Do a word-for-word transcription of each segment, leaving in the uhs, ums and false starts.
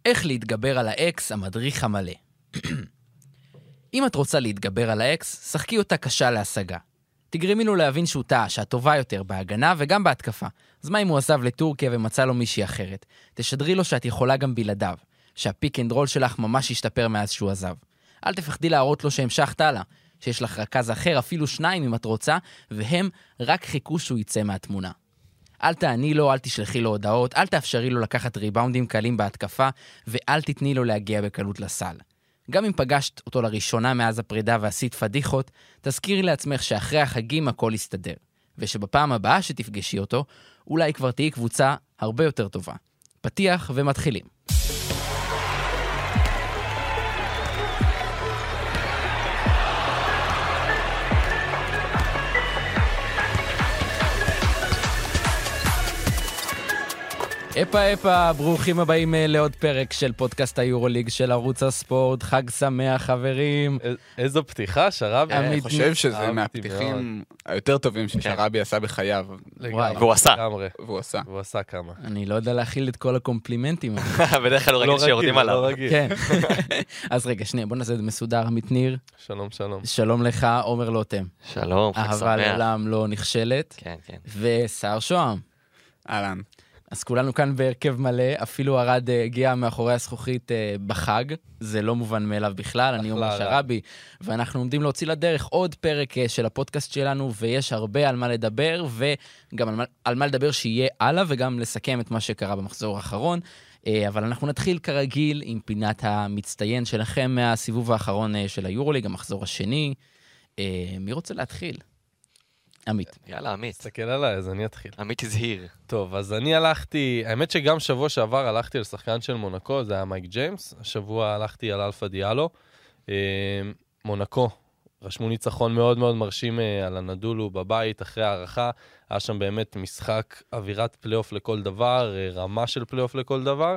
איך להתגבר על האקס, המדריך המלא. אם את רוצה להתגבר על האקס, שחקי אותה קשה להשגה. תגרמי לו להבין שהוא טעה, שאת טובה יותר בהגנה וגם בהתקפה. אז מה אם הוא עזב לטורקיה ומצא לו מישהי אחרת? תשדרי לו שאת יכולה גם בלעדיו, שהפיק אנד רול שלך ממש ישתפר מאז שהוא עזב. אל תפחדי להראות לו שהמשכת הלאה, שיש לך רכז אחר, אפילו שניים אם את רוצה, והם רק חיכו שהוא יצא מהתמונה. אל תעני לו, אל תשלחי לו הודעות, אל תאפשרי לו לקחת ריבאונדים קלים בהתקפה, ואל תתני לו להגיע בקלות לסל. גם אם פגשת אותו לראשונה מאז הפרידה ועשית פדיחות, תזכירי לעצמך שאחרי החגים הכל יסתדר, ושבפעם הבאה שתפגשי אותו, אולי כבר תהי קבוצה הרבה יותר טובה. פתיח ומתחילים. אפה אפה, ברוכים הבאים לעוד פרק של פודקאסט היורוליג של ערוץ הספורט. חג שמח חברים. איזו פתיחה, שרבי. אני חושב שזה מהפתיחים היותר טובים ששרבי עשה בחייו. והוא עשה. והוא עשה. והוא עשה כמה. אני לא יודע להכיל את כל הקומפלימנטים. בדרך כלל הוא רגיל שיורדים עליו. לא רגיל. כן. אז רגע, שנייה, בוא נעשה את מסודר. עמית ניר. שלום, שלום. שלום לך, עומר לוטם. שלום, חג שמח. אהבה לעולם לא נכשלת. כן, כן. ושר שוהם. אהלן. אז כולנו כאן בהרכב מלא, אפילו ארד הגיע מאחורי הזכוכית בחג, זה לא מובן מאליו בכלל, אני אומר שרבי, ואנחנו עומדים להוציא לדרך עוד פרק של הפודקאסט שלנו, ויש הרבה על מה לדבר, וגם על מה, על מה לדבר שיהיה הלאה, וגם לסכם את מה שקרה במחזור האחרון, אבל אנחנו נתחיל כרגיל עם פינת המצטיין שלכם מהסיבוב האחרון של היורוליג, המחזור השני. מי רוצה להתחיל? עמית. יאללה, עמית. תסתכל עליי, אז אני אתחיל. עמית הזהיר. טוב, אז אני הלכתי, האמת שגם שבוע שעבר הלכתי על שחקן של מונקו, זה היה מייק ג'יימס, השבוע הלכתי על אלפה דיאלו. מונקו, רשמו ניצחון מאוד מאוד מרשים על הנדולו בבית, אחרי הערכה, היה שם באמת משחק אווירת פלייאוף לכל דבר, רמה של פלייאוף לכל דבר,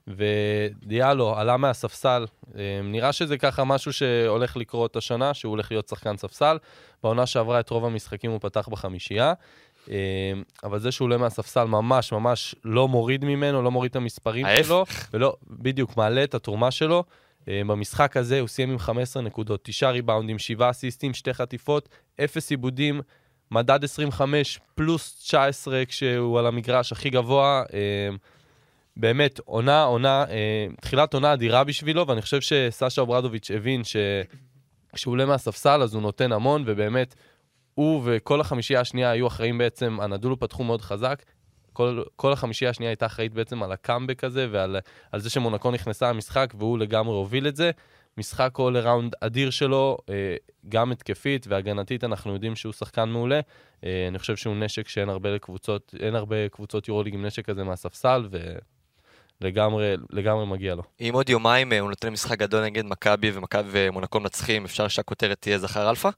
ודיאלו עלה מהספסל, נראה שזה ככה משהו שהולך לקרות השנה, שהוא הולך להיות שחקן ספסל, בעונה שעברה את רוב המשחקים הוא פתח בחמישייה, אבל זה שהוא עולה מהספסל ממש ממש לא מוריד ממנו, לא מוריד את המספרים שלו, ולא בדיוק מעלה את התרומה שלו, במשחק הזה הוא סיים עם חמש עשרה נקודות, תשעה ריבאונדים, שבעה אסיסטים, שתי חטיפות, אפס עיבודים, מדד עשרים וחמש פלוס תשע עשרה כשהוא על המגרש הכי גבוה, באמת, עונה, עונה, אה, תחילת עונה אדירה בשבילו, ואני חושב שסשה אוברדוביץ' הבין שכשהוא עולה מהספסל, אז הוא נותן המון, ובאמת, הוא וכל החמישייה השנייה היו אחראים בעצם, הנדולו פתחו מאוד חזק, כל, כל החמישייה השנייה הייתה אחראית בעצם על הקאמבק הזה, ועל על זה שמונקו נכנסה למשחק, והוא לגמרי הוביל את זה. משחק כל ראונד אדיר שלו, אה, גם התקפית והגנתית, אנחנו יודעים שהוא שחקן מעולה. אה, אני חושב שהוא נשק שאין הרבה לקבוצות, אין הרבה קבוצות יורוליג עם נשק הזה מהספסל, ו... לגמרי, לגמרי מגיע לו. אם עוד יומיים הוא נותן משחק גדול נגד מכבי ומכבי ומונקו מנצחים, אפשר שהכותרת תהיה זכר אלפא?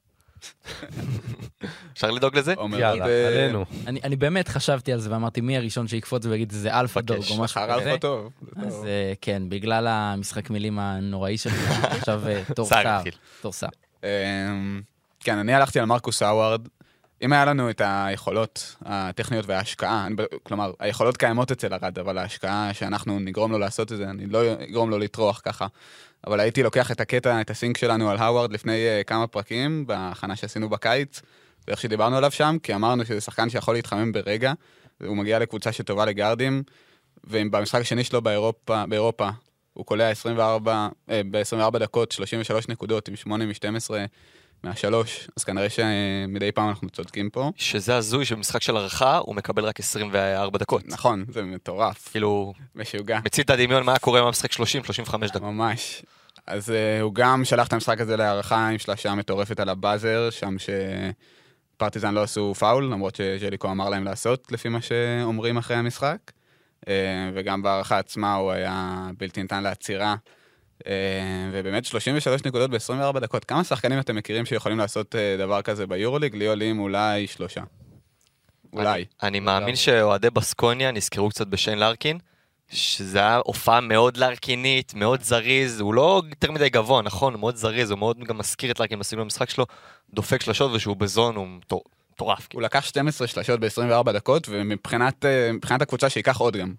אפשר לדאוג לזה? יאללה, עלינו. אני, אני באמת חשבתי על זה ואמרתי מי הראשון שיקפוץ ויגיד זה אלפא דוג או משהו כזה. אלפא טוב. אז כן, בגלל המשחק מילים הנוראי שלך, עכשיו תור סער. תור סער. כן, אני הלכתי על מרקוס האווארד. אם היה לנו את היכולות הטכניות וההשקעה, כלומר, היכולות קיימות אצל הרד, אבל ההשקעה שאנחנו נגרום לו לעשות את זה, אני לא אגרום לו לטרוח ככה, אבל הייתי לוקח את הקטע, את הסינק שלנו על האווארד לפני כמה פרקים, בהכנה שעשינו בקיץ, ואיך שדיברנו עליו שם, כי אמרנו שזה שחקן שיכול להתחמם ברגע, והוא מגיע לקבוצה שטובה לגארדים, ובמשחק השני שלו באירופה, באירופה הוא קולע עשרים וארבע, ב-עשרים וארבע דקות, שלושים ושלוש נקודות, עם שמונה מ-שתים עשרה, מהשלוש, אז כנראה שמדי פעם אנחנו צודקים פה. שזה הזוי שבמשחק של ערכה הוא מקבל רק עשרים וארבע דקות. נכון, זה מטורף. כאילו, משוגע. מציל את הדמיון מה קורה עם המשחק שלושים שלושים וחמש דקות. ממש. אז uh, הוא גם שלח את המשחק הזה לערכה עם שלשה מטורפת על הבאזר, שם שפרטיזן לא עשו פאול, למרות שג'ליקו אמר להם לעשות, לפי מה שאומרים אחרי המשחק. Uh, וגם בערכה עצמה הוא היה בלתי ניתן לעצירה. ובאמת שלושים ושלוש נקודות ב-עשרים וארבע דקות. כמה שחקנים אתם מכירים שיכולים לעשות דבר כזה ביורוליג? לי עולים אולי שלושה. אולי. אני מאמין שאוהדי בסקוניה נזכרו קצת בשיין לארקין, שזה היה הופעה מאוד לארקינית, מאוד זריז, הוא לא יותר מדי גבוה, נכון? הוא מאוד זריז, הוא מאוד גם מזכיר את לארקין בסגנון המשחק שלו, דופק שלשות ושהוא בזון, הוא מטורף. הוא לקח שתים עשרה שלשות ב-עשרים וארבע דקות, ומבחינת הקבוצה שיקח עוד גם.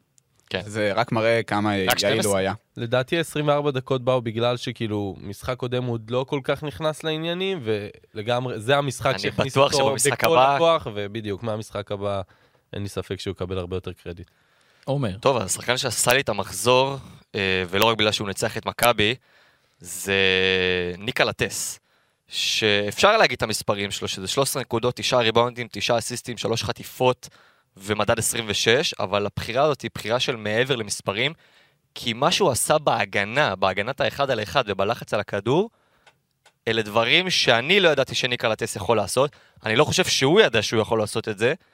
כן. זה רק מראה כמה יעיל הוא היה. לדעתי עשרים וארבע דקות באו בגלל שכאילו משחק קודם הוא לא כל כך נכנס לעניינים, ולגמרי, זה המשחק שהכניס אותו בכל הכוח, ובדיוק, מהמשחק הבא אין לי ספק שהוא יקבל הרבה יותר קרדיט. עומר. טוב, השחקן שעשה לי את המחזור, ולא רק בגלל שהוא נצח את מכבי, זה ניקה לטס. שאפשר להגיד את המספרים שלו, שזה שלוש עשרה נקודות, תשעה ריבאונדים, תשעה אסיסטים, שלוש חטיפות ומדד עשרים ושש, אבל הבחירה הזאת היא בחירה של מעבר למספרים, כי מה שהוא עשה בהגנה, בהגנת האחד על אחד ובלחץ על הכדור, אלה דברים שאני לא ידעתי שניקה לטס יכול לעשות, אני לא חושב שהוא ידע שהוא יכול לעשות את זה,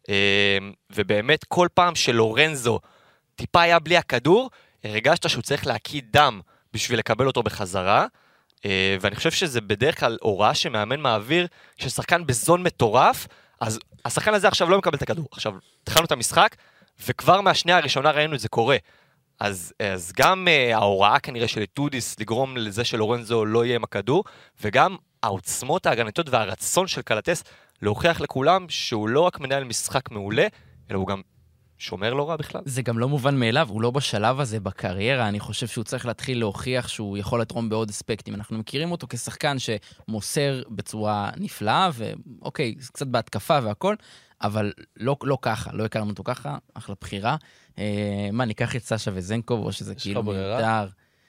ובאמת כל פעם שלורנזו טיפה היה בלי הכדור, הרגשת שהוא צריך להקיא דם בשביל לקבל אותו בחזרה, ואני חושב שזה בדרך כלל הוראה שמאמן מעביר, ששחקן בזון מטורף, אז השחקן הזה עכשיו לא מקבל את הכדור. עכשיו, התחלנו את המשחק, וכבר מהשנייה הראשונה ראינו את זה קורה. אז, אז גם uh, ההוראה כנראה של טודיס לגרום לזה שלורנזו לא יהיה עם הכדור, וגם העוצמות ההגנתיות והרצון של קלטס להוכיח לכולם שהוא לא רק מנהל משחק מעולה, אלא הוא גם שומר לא רע בכלל. זה גם לא מובן מאליו, הוא לא בשלב הזה בקריירה, אני חושב שהוא צריך להתחיל להוכיח שהוא יכול לתרום בעוד אספקטים. אנחנו מכירים אותו כשחקן שמוסר בצורה נפלאה, ואוקיי, קצת בהתקפה והכל, אבל לא, לא ככה, לא הכרנו אותו ככה, אחלה בחירה. אה, מה, ניקח את סשה וזנקוב, או שזה כאילו מיותר.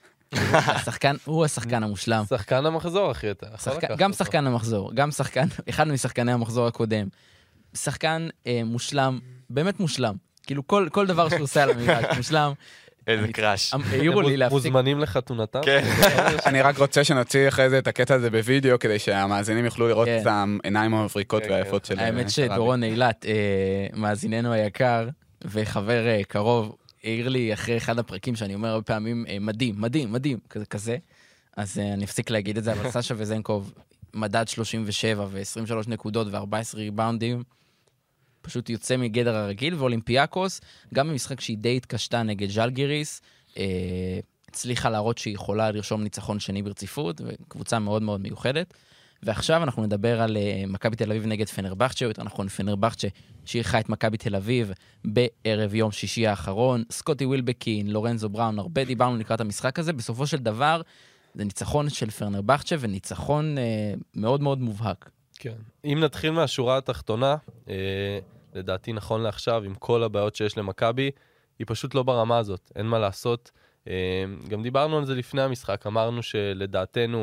השחקן, הוא השחקן המושלם. שחקן המחזור, אחי, אתה. שחק... גם שחקן המחזור, גם שחקן, אחד משחקני המחזור הקודם. שחקן אה, מושלם, באמת מושלם. כאילו כל, כל דבר שהוא עושה על המגרש, מושלם. איזה קראש. העירו לי להפסיק. מוזמנים לחתונתם? כן. אני רק רוצה שנוציא אחרי זה את הקטע הזה בווידאו, כדי שהמאזינים יוכלו לראות את העיניים המבריקות והיפות של... האמת שדורון אילת, מאזיננו היקר, וחבר קרוב, העיר לי אחרי אחד הפרקים שאני אומר הרבה פעמים, מדהים, מדהים, מדהים, כזה כזה. אז אני אפסיק להגיד את זה, אבל סשה וזנקוב, מדד שלושים ושבע ו-עשרים ושלוש נקודות ו-ארבעה עשר ריבאונדים, פשוט יוצא מגדר הרגיל, ואולימפיאקוס, גם במשחק שהיא די התקשתה נגד ז'לגיריס, אה, הצליחה להראות שהיא יכולה לרשום ניצחון שני ברציפות, וקבוצה מאוד מאוד מיוחדת. ועכשיו אנחנו נדבר על אה, מכבי תל אביב נגד פנרבחצ'ה, יותר נכון פנרבחצ'ה, שאירחה את מכבי תל אביב בערב יום שישי האחרון, סקוטי ווילבקין, לורנזו בראון, הרבה דיברנו לקראת המשחק הזה, בסופו של דבר זה ניצחון של פנרבחצ'ה, וניצחון אה, מאוד מאוד מובהק. כן. אם נתחיל מהשורה התחתונה, אה, לדעתי נכון לעכשיו, עם כל הבעיות שיש למכבי, היא פשוט לא ברמה הזאת, אין מה לעשות. אה, גם דיברנו על זה לפני המשחק, אמרנו שלדעתנו,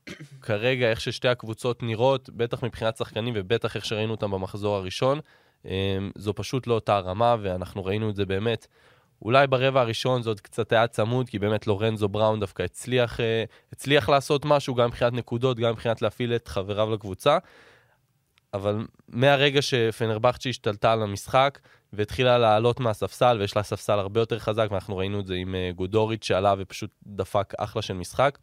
כרגע איך ששתי הקבוצות נראות, בטח מבחינת שחקנים ובטח איך שראינו אותם במחזור הראשון, אה, זו פשוט לא אותה רמה, ואנחנו ראינו את זה באמת. אולי ברבע הראשון זה עוד קצת היה צמוד, כי באמת לורנזו בראון דווקא הצליח, הצליח לעשות משהו, גם מבחינת נקודות, גם מבחינת להפעיל את חבריו לקבוצה, אבל מהרגע שפנרבחצ'ה השתלטה על המשחק, והתחילה לעלות מהספסל, ויש לה ספסל הרבה יותר חזק, ואנחנו ראינו את זה עם גודוריץ' שעלה ופשוט דפק אחלה של משחק,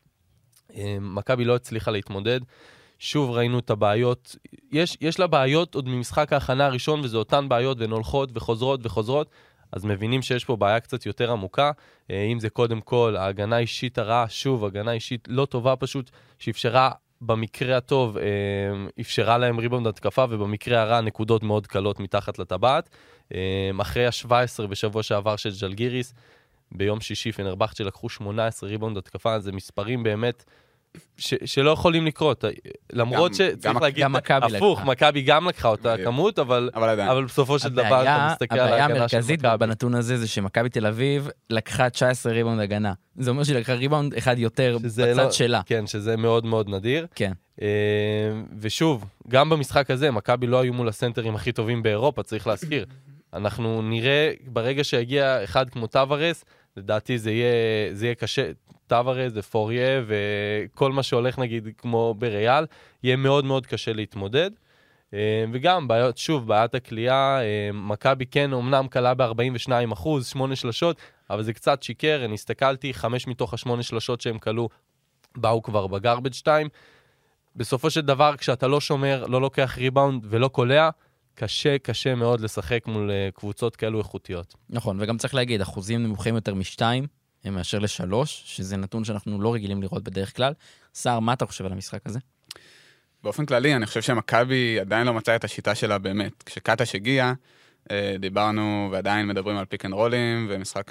מכבי לא הצליחה להתמודד, שוב ראינו את הבעיות, יש, יש לה בעיות עוד ממשחק ההכנה הראשון, וזה אותן בעיות, והן הולכות וחוזרות וחוזרות, אז מבינים שיש פה בעיה קצת יותר עמוקה, אם זה קודם כל, ההגנה אישית הרעה, שוב, הגנה אישית לא טובה פשוט, שאפשרה במקרה הטוב, אפשרה להם ריבאונד התקפה, ובמקרה הרע נקודות מאוד קלות מתחת לטבעת. אחרי ה-שבע עשרה בשבוע שעבר של ז'לגיריס, ביום שישי פנרבחצ'ה לקחו שמונה עשרה ריבאונד התקפה, זה מספרים באמת ש- שלא יכולים לקרות, למרות גם- שצריך גם- להגיד, גם מכבי הפוך, לקחה. מכבי גם לקחה אותה בדיוק. כמות, אבל אבל עדיין. אבל בסופו של דבר הבעיה, אתה מסתכל על הבעיה ההגנה של המרכזית מכבי. בנתון הזה זה שמכבי תל אביב לקחה תשע עשרה ריבאונד הגנה. זה אומר שהיא לקחה ריבאונד אחד יותר שזה בצד לא- שלה. כן, שזה מאוד מאוד נדיר. כן. אה, ושוב, גם במשחק הזה, מכבי לא היו מול הסנטרים הכי טובים באירופה, צריך להזכיר. אנחנו נראה, ברגע שהגיע אחד כמו טוורס, לדעתי זה יהיה, זה יהיה קשה, טוורס ופוריה וכל מה שהולך נגיד כמו בריאל, יהיה מאוד מאוד קשה להתמודד. אה, וגם, בעיות, שוב, בעיית הקליעה, אה, מכבי כן אומנם קלה ב-ארבעים ושניים אחוז, שמונה שלשות, אבל זה קצת שיקר, אני הסתכלתי, חמש מתוך השמונה שלשות שהם קלו, באו כבר בגרבג' שתיים. בסופו של דבר, כשאתה לא שומר, לא לוקח ריבאונד ולא קולע, קשה, קשה מאוד לשחק מול קבוצות כאלו איכותיות. נכון, וגם צריך להגיד, אחוזים נמוכים יותר משתיים, הם מאשר לשלוש, שזה נתון שאנחנו לא רגילים לראות בדרך כלל. סער, מה אתה חושב על המשחק הזה? באופן כללי, אני חושב שמכבי עדיין לא מצאה את השיטה שלה באמת. כשקטש הגיע, דיברנו ועדיין מדברים על פיק אנד רולים, ומשחק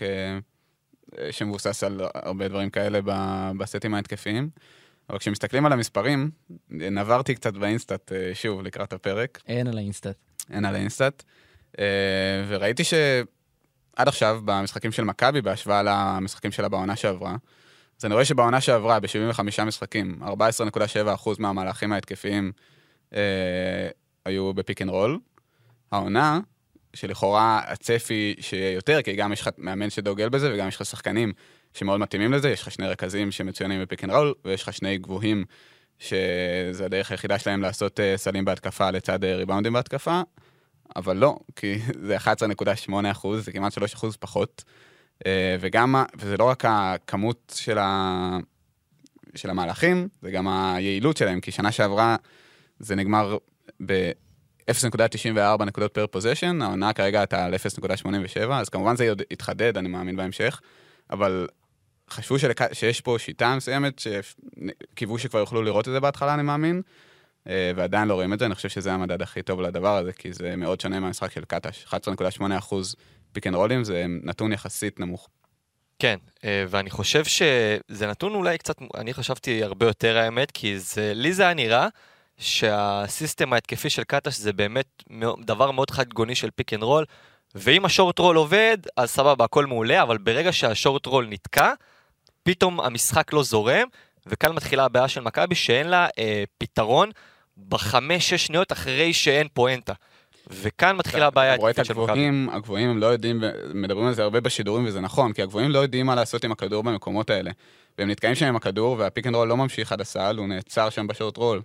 שמבוסס על הרבה דברים כאלה בסטים ההתקפיים. אבל כשמסתכלים על המספרים, נברתי קצת באינסטאט שוב לקראת הפרק. אין על האינסטאט. אין על האינסטאט. וראיתי שעד עכשיו במשחקים של מכבי, בהשוואה למשחקים שלה בעונה שעברה, אז אני רואה שבעונה שעברה, ב-שבעים וחמישה משחקים, ארבע עשרה נקודה שבע אחוז מהמהלכים ההתקפיים אה, היו בפיק אנד רול. העונה, שלכאורה הצפי שיהיה יותר, כי גם יש לך מאמן שדוגל בזה, וגם יש לך שחקנים שמאוד מתאימים לזה, יש לך שני רכזים שמצוינים בפיק אנד רול, ויש לך שני גבוהים, שזה הדרך היחידה שלהם לעשות uh, סלים בהתקפה לצד uh, ריבאונדים בהתקפה, אבל לא, כי זה אחת עשרה נקודה שמונה אחוז, זה כמעט שלושה אחוז פחות, uh, וגם, וזה לא רק הכמות של, ה... של המהלכים, זה גם היעילות שלהם, כי שנה שעברה זה נגמר ב-אפס נקודה תשעים וארבע נקודות פר פוזיישן, העונה כרגע הייתה על אפס נקודה שמונים ושבע, אז כמובן זה יתחדד, אני מאמין בהמשך, אבל חשבו שלק... שיש פה שיטה מסוימת, שקיוו שכבר יוכלו לראות את זה בהתחלה, אני מאמין, ועדיין לא רואים את זה, אני חושב שזה המדד הכי טוב לדבר הזה, כי זה מאוד שונה מהמשחק של קטש, אחת עשרה נקודה שמונה אחוז פיק אנד רולים, זה נתון יחסית נמוך. כן, ואני חושב שזה נתון אולי קצת, אני חשבתי הרבה יותר האמת, כי זה, לי זה היה נראה שהסיסטם ההתקפי של קטש זה באמת דבר מאוד חדגוני של פיק אנד רול, ואם השורט רול עובד, אז סבבה, הכל מעולה, אבל ברגע שהשורט רול נתקע, פתאום המשחק לא זורם, וכאן מתחילה הבעיה של מכבי, שאין לה אה, פתרון בחמש, שש שניות אחרי שאין פואנטה. וכאן מתחילה הבעיה של מכבי. הגבוהים הם לא יודעים, מדברים על זה הרבה בשידורים, וזה נכון, כי הגבוהים לא יודעים מה לעשות עם הכדור במקומות האלה. והם נתקעים שם עם הכדור, והפיק אנד רול לא ממשיך עד הסל, הוא נעצר שם בשורט רול.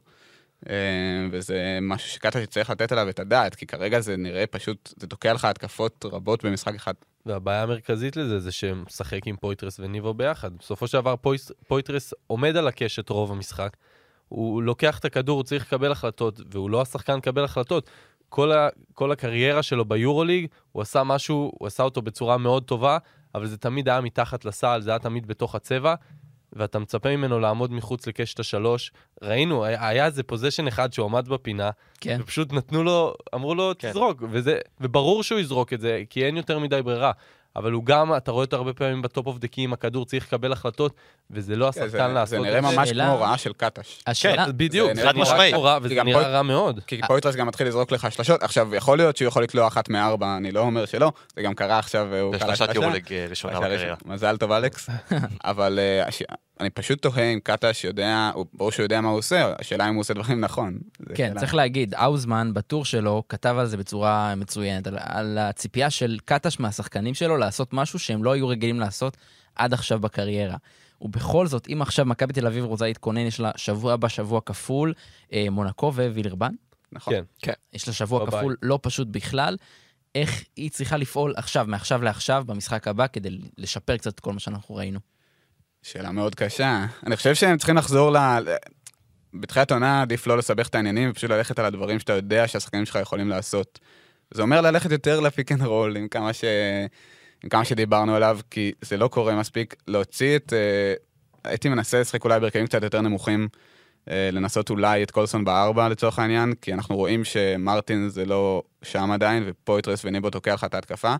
וזה משהו שקטש צריך לתת עליו את הדעת, כי כרגע זה נראה פשוט, זה תוקע לך התקפות רבות במשחק אחד. והבעיה המרכזית לזה זה שהם משחק עם פויטרס וניבו ביחד. בסופו של דבר פויטרס עומד על הקשת רוב המשחק, הוא לוקח את הכדור, הוא צריך לקבל החלטות, והוא לא השחקן לקבל החלטות. כל, ה, כל הקריירה שלו ביורוליג, הוא עשה משהו, הוא עשה אותו בצורה מאוד טובה, אבל זה תמיד היה מתחת לסל, זה היה תמיד בתוך הצבע, ואתה מצפה ממנו לעמוד מחוץ לקשת השלוש. ראינו, היה איזה פוזיישן אחד שהוא עמד בפינה, כן. ופשוט נתנו לו, אמרו לו, כן. תזרוק, וזה, וברור שהוא יזרוק את זה, כי אין יותר מדי ברירה. אבל הוא גם, אתה רואה אותו הרבה פעמים בטופ אוף דקים, הכדור צריך לקבל החלטות, וזה לא השחקן לעשות את זה. זה נראה ממש כמו הוראה של קטש. כן, בדיוק, חד משמעית. וזה נראה רע מאוד. כי פויטרס גם מתחיל לזרוק לך שלשות, עכשיו יכול להיות שהוא יכול לקלוע אחת מארבע, אני לא אומר שלא, זה גם קרה עכשיו, והוא קלע שלשת יורוליג ראשונה בקריירה. מזל טוב אלכס, אבל אני פשוט תוהה אם קטש יודע, ברור שהוא יודע מה הוא עושה, השאלה אם הוא עושה דברים נכון. כן, צריך להגיד, אוזמן בטור שלו כתב על זה בצורה מצוינת, על הציפייה של קטש מהשחקנים שלו לעשות משהו שהם לא היו רגילים לעשות עד עכשיו בקריירה. ובכל זאת, אם עכשיו מכבי תל אביב רוצה להתכונן, יש לה שבוע הבא, שבוע כפול, מונקו ווילרבן. נכון. כן. יש לה שבוע כפול לא פשוט בכלל. איך היא צריכה לפעול עכשיו, מעכשיו לעכשיו, במשחק הבא, כדי לשפר קצת את כל מה שאנחנו ראינו? שאלה מאוד קשה. אני חושב שהם צריכים לחזור ל... בתחילת העונה עדיף לא לסבך את העניינים, ופשוט ללכת על הדברים שאתה יודע שהשחקנים שלך יכולים לעשות. זה אומר ללכת יותר לפיק אנד רול, עם כמה ש... עם כמה שדיברנו עליו, כי זה לא קורה מספיק להוציא את... הייתי מנסה לשחק אולי ברכבים קצת יותר נמוכים, לנסות אולי את קולסון בארבע לצורך העניין, כי אנחנו רואים שמרטין זה לא שם עדיין, ופויטרס וניבו תוקע לך את ההתקפה,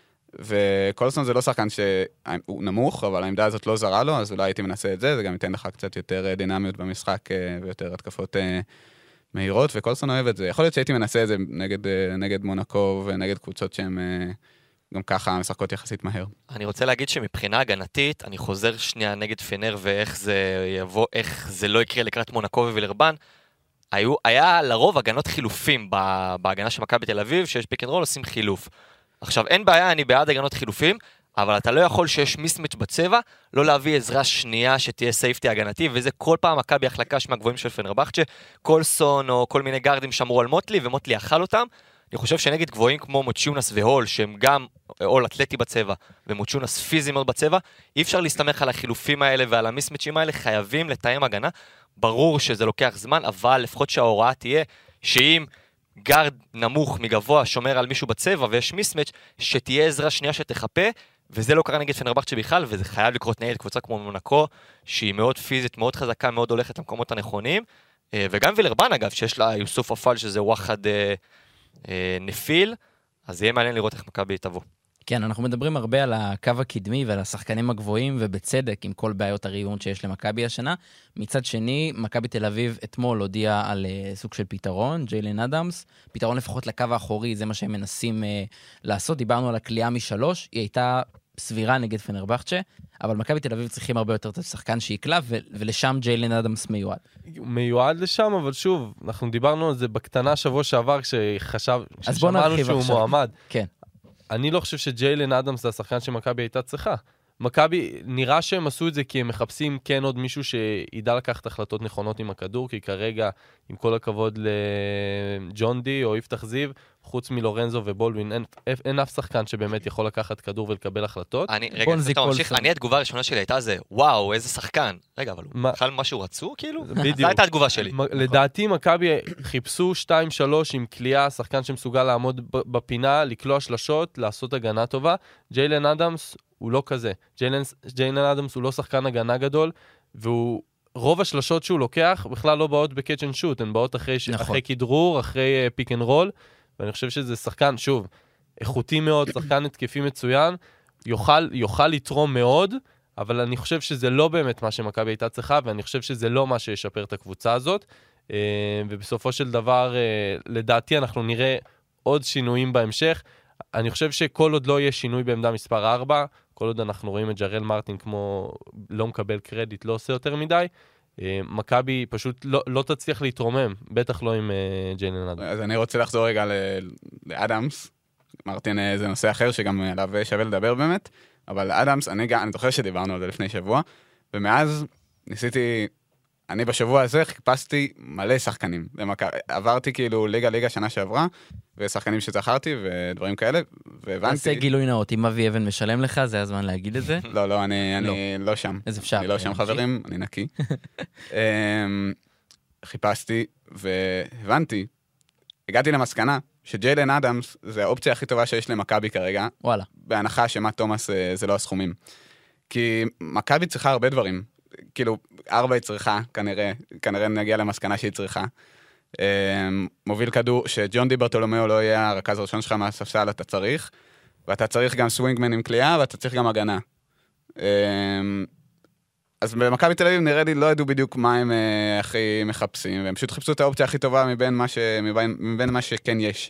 וקולסון זה לא שחקן שהוא נמוך, אבל העמדה הזאת לא זרה לו, אז אולי הייתי מנסה את זה, זה גם ייתן לך קצת יותר דינמיות במשחק, ויותר התקפות מהירות, וקולסון אוהב את זה. יכול להיות שהייתי מנסה את זה נגד, נגד מונקו, ונגד קבוצות שהן גם ככה משחקות יחסית מהר. אני רוצה להגיד שמבחינה הגנתית, אני חוזר שנייה נגד פנר, ואיך זה יבוא, איך זה לא יקרה לקראת מונקו ווילרבן, היו, היה לרוב הגנות חילופים בהגנה של מכבי תל אביב, שיש פיק אנד רול, עושים חילוף. עכשיו, אין בעיה, אני בעד הגנות חילופים, אבל אתה לא יכול שיש מיסמץ' בצבע, לא להביא עזרה שנייה שתהיה סייפטי הגנתי, וזה כל פעם מכבי החלקה מהגבוהים של פנרבחצ'ה, קולסון או כל מיני גארדים שמרו על מוטלי, ומוטלי אכל אותם. אני חושב שנגד גבוהים כמו מוצ'ונס והול, שהם גם הול אתלטי בצבע, ומוצ'ונס פיזי מאוד בצבע, אי אפשר להסתמך על החילופים האלה ועל המיסמצ'ים האלה, חייבים לתאם הגנה. ברור שזה לוקח זמן, אבל לפחות שההוראה תהיה שאם גארד נמוך מגבוה שומר על מישהו בצבע ויש מיסמצ' שתהיה עזרה שנייה שתחפה, וזה לא קרה נגד פנרבחצ'ה בכלל, וזה חייב לקרות נגד קבוצה כמו מונקו, שהיא מאוד פיזית, מאוד חזקה, מאוד הולכת למקומות הנכונים, וגם וילרבן אגב, שיש לה יוסוף אפל שזה וואחד נפיל, אז יהיה מעניין לראות איך מכבי תבוא. כן, אנחנו מדברים הרבה על הקו הקדמי ועל השחקנים הגבוהים, ובצדק עם כל בעיות הריבאונד שיש למכבי השנה. מצד שני, מכבי תל אביב אתמול הודיעה על uh, סוג של פתרון, ג'יילן אדמס, פתרון לפחות לקו האחורי, זה מה שהם מנסים uh, לעשות. דיברנו על הקליעה משלוש, היא הייתה סבירה נגד פנרבחצ'ה, אבל מכבי תל אביב צריכים הרבה יותר את השחקן שיקלה, ו- ולשם ג'יילן אדמס מיועד. מיועד לשם, אבל שוב, אנחנו דיברנו על זה בקטנה שבוע שעבר, כשחשב, כששמענו שהוא עכשיו. מועמד. כן. אני לא חושב שג'יילן אדמס זה השחקן שמכבי הייתה צריכה. מכבי, נראה שהם עשו את זה כי הם מחפשים כן עוד מישהו שידע לקחת החלטות נכונות עם הכדור, כי כרגע, עם כל הכבוד לג'ון די או יפתח זיו, חוץ מלורנזו ובולדווין, אין, אין אף שחקן שבאמת יכול לקחת כדור ולקבל החלטות. אני, רגע, אתה ממשיך, אני התגובה הראשונה שלי הייתה זה, וואו, איזה שחקן. רגע, אבל הוא בכלל משהו רצו, כאילו? בדיוק. זו הייתה התגובה שלי. לדעתי, מכבי חיפשו שתיים שלוש עם קליעה, שחקן שמסוגל לעמוד בפינה, לקלוע שלשות, לעשות הגנה טובה. ג'יילן אדמס הוא לא כזה. ג'יילן אדמס הוא לא שחקן הגנה גדול, והוא, רוב השלשות שהוא לוקח, בכלל לא באות בקאץ' אנד שוט, הן באות אחרי, נכון. אחרי כדרור, אחרי פיק אנד רול, ואני חושב שזה שחקן, שוב, איכותי מאוד, שחקן התקפי מצוין, יוכל, יוכל לתרום מאוד, אבל אני חושב שזה לא באמת מה שמכבי הייתה צריכה, ואני חושב שזה לא מה שישפר את הקבוצה הזאת, ובסופו של דבר, לדעתי אנחנו נראה עוד שינויים בהמשך. אני חושב שכל עוד לא יהיה שינוי בעמדה מספר ארבע, כל עוד אנחנו רואים את ג'רל מרטין כמו לא מקבל קרדיט, לא עושה יותר מדי, מכבי פשוט לא, לא תצליח להתרומם, בטח לא עם ג'יילן אדמס. אז אני רוצה לחזור רגע לאדמס. מרטין זה נושא אחר שגם עליו שווה לדבר באמת, אבל אדמס, אני, אני זוכר שדיברנו על זה לפני שבוע, ומאז ניסיתי, אני בשבוע הזה חיפשתי מלא שחקנים. עברתי כאילו ליגה ליגה שנה שעברה, ושחקנים שזכרתי ודברים כאלה, והבנתי... תעשה גילוי נאות, אם אבי אבן משלם לך, זה הזמן להגיד את זה? לא, לא, אני לא שם. אז אפשר. אני לא שם חברים, אני נקי. חיפשתי והבנתי, הגעתי למסקנה שג'יילן אדמס זה האופציה הכי טובה שיש למכבי כרגע. וואלה. בהנחה שמה תומאס זה לא הסכומים. כי מכבי צריכה הרבה דברים. כאילו, ארבע היא צריכה, כנראה, כנראה נגיע למסקנה שהיא צריכה. מוביל כדור, שג'ון די ברטולומיאו לא יהיה הרכז הראשון שלך מהספסל, אתה צריך, ואתה צריך גם סווינגמן עם קליעה, ואתה צריך גם הגנה. אז במכבי תל אביב נראה לי לא ידעו בדיוק מה הם הכי מחפשים, והם פשוט חיפשו את האופציה הכי טובה מבין מה, ש... מבין... מבין מה שכן יש.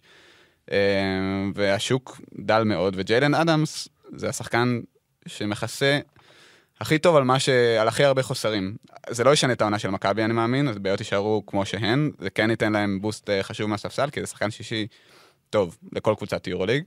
והשוק דל מאוד, וג'יילן אדמס זה השחקן שמכסה הכי טוב על מה ש... על הכי הרבה חוסרים. זה לא ישנה את העונה של מכבי, אני מאמין, אז בעיות יישארו כמו שהן, זה כן ייתן להם בוסט חשוב מהספסל, כי זה שחקן שישי טוב לכל קבוצת יורוליג.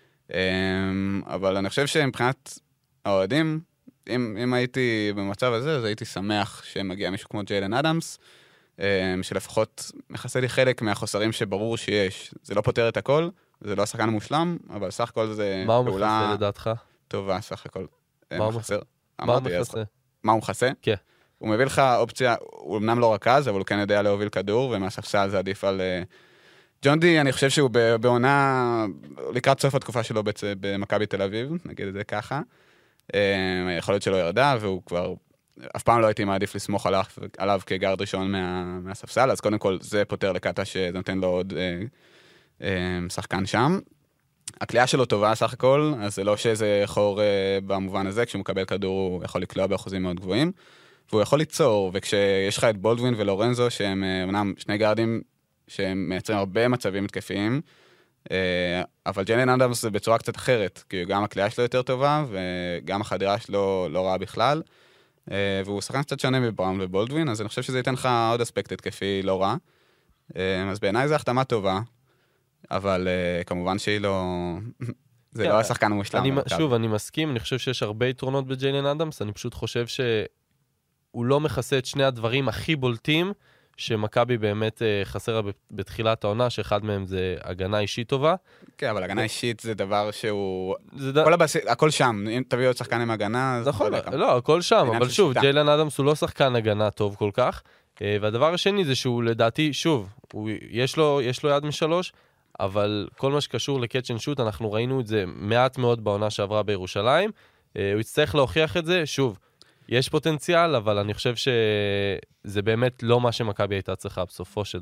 אבל אני חושב שמבחינת האוהדים, אם, אם הייתי במצב הזה, אז הייתי שמח שמגיע מישהו כמו ג'יילן אדמס, שלפחות מכסה לי חלק מהחוסרים שברור שיש. זה לא פותר את הכל, זה לא השחקן המושלם, אבל סך הכל זה מה הוא מכסה לדעתך? טובה, סך הכל. מה הוא מכסה? מה הוא מכסה? מה הוא מכסה? כן. הוא מביא לך אופציה, הוא אמנם לא רכז, אבל הוא כן יודע להוביל כדור, ומהספסל זה עדיף על... ג'ון די, אני חושב שהוא בעונה, לקראת סוף התקופה שלו במכבי תל אביב, נגיד את זה ככה. היכולת שלו ירדה, והוא כבר... אף פעם לא הייתי מעדיף לסמוך עליו, עליו כגארד ראשון מה, מהספסל, אז קודם כל זה פותר לקטע שזה נותן לו עוד אה, אה, שחקן שם. הקליעה שלו טובה סך הכל, אז זה לא שזה חור אה, במובן הזה, כשהוא מקבל כדור הוא יכול לקלוע באחוזים מאוד גבוהים, והוא יכול ליצור, וכשיש לך את בולדווין ולורנזו, שהם אמנם שני גארדים שהם מייצרים הרבה מצבים מתקפיים, אה, אבל ג'יילן אדמס זה בצורה קצת אחרת, כי גם הקליעה שלו יותר טובה, וגם החדירה שלו לא רעה בכלל, והוא שחקן קצת שונה מבראון ובולדווין, אז אני חושב שזה ייתן לך עוד אספקט התקפי לא רע. אז בעיניי זו החתמה טובה, אבל כמובן שהיא לא... זה לא השחקן המושלם. שוב, אני מסכים, אני חושב שיש הרבה יתרונות בג'יילן אדמס, אני פשוט חושב שהוא לא מכסה את שני הדברים הכי בולטים, שמכבי באמת חסרה בתחילת העונה, שאחד מהם זה הגנה אישית טובה. כן, אבל הגנה אישית זה דבר שהוא... כל הבסיס, הכל שם, אם תביא עוד שחקן עם הגנה... נכון, לא, הכל שם, אבל שוב, ג'יילן אדמס הוא לא שחקן הגנה טוב כל כך, והדבר השני זה שהוא לדעתי, שוב, יש לו יד משלוש, אבל כל מה שקשור לקאץ' אנד שוט, אנחנו ראינו את זה מעט מאוד בעונה שעברה בירושלים, הוא יצטרך להוכיח את זה, שוב, יש פוטנציאל, אבל אני חושב שזה באמת לא מה שמכבי הייתה צריכה בסופו של דבר.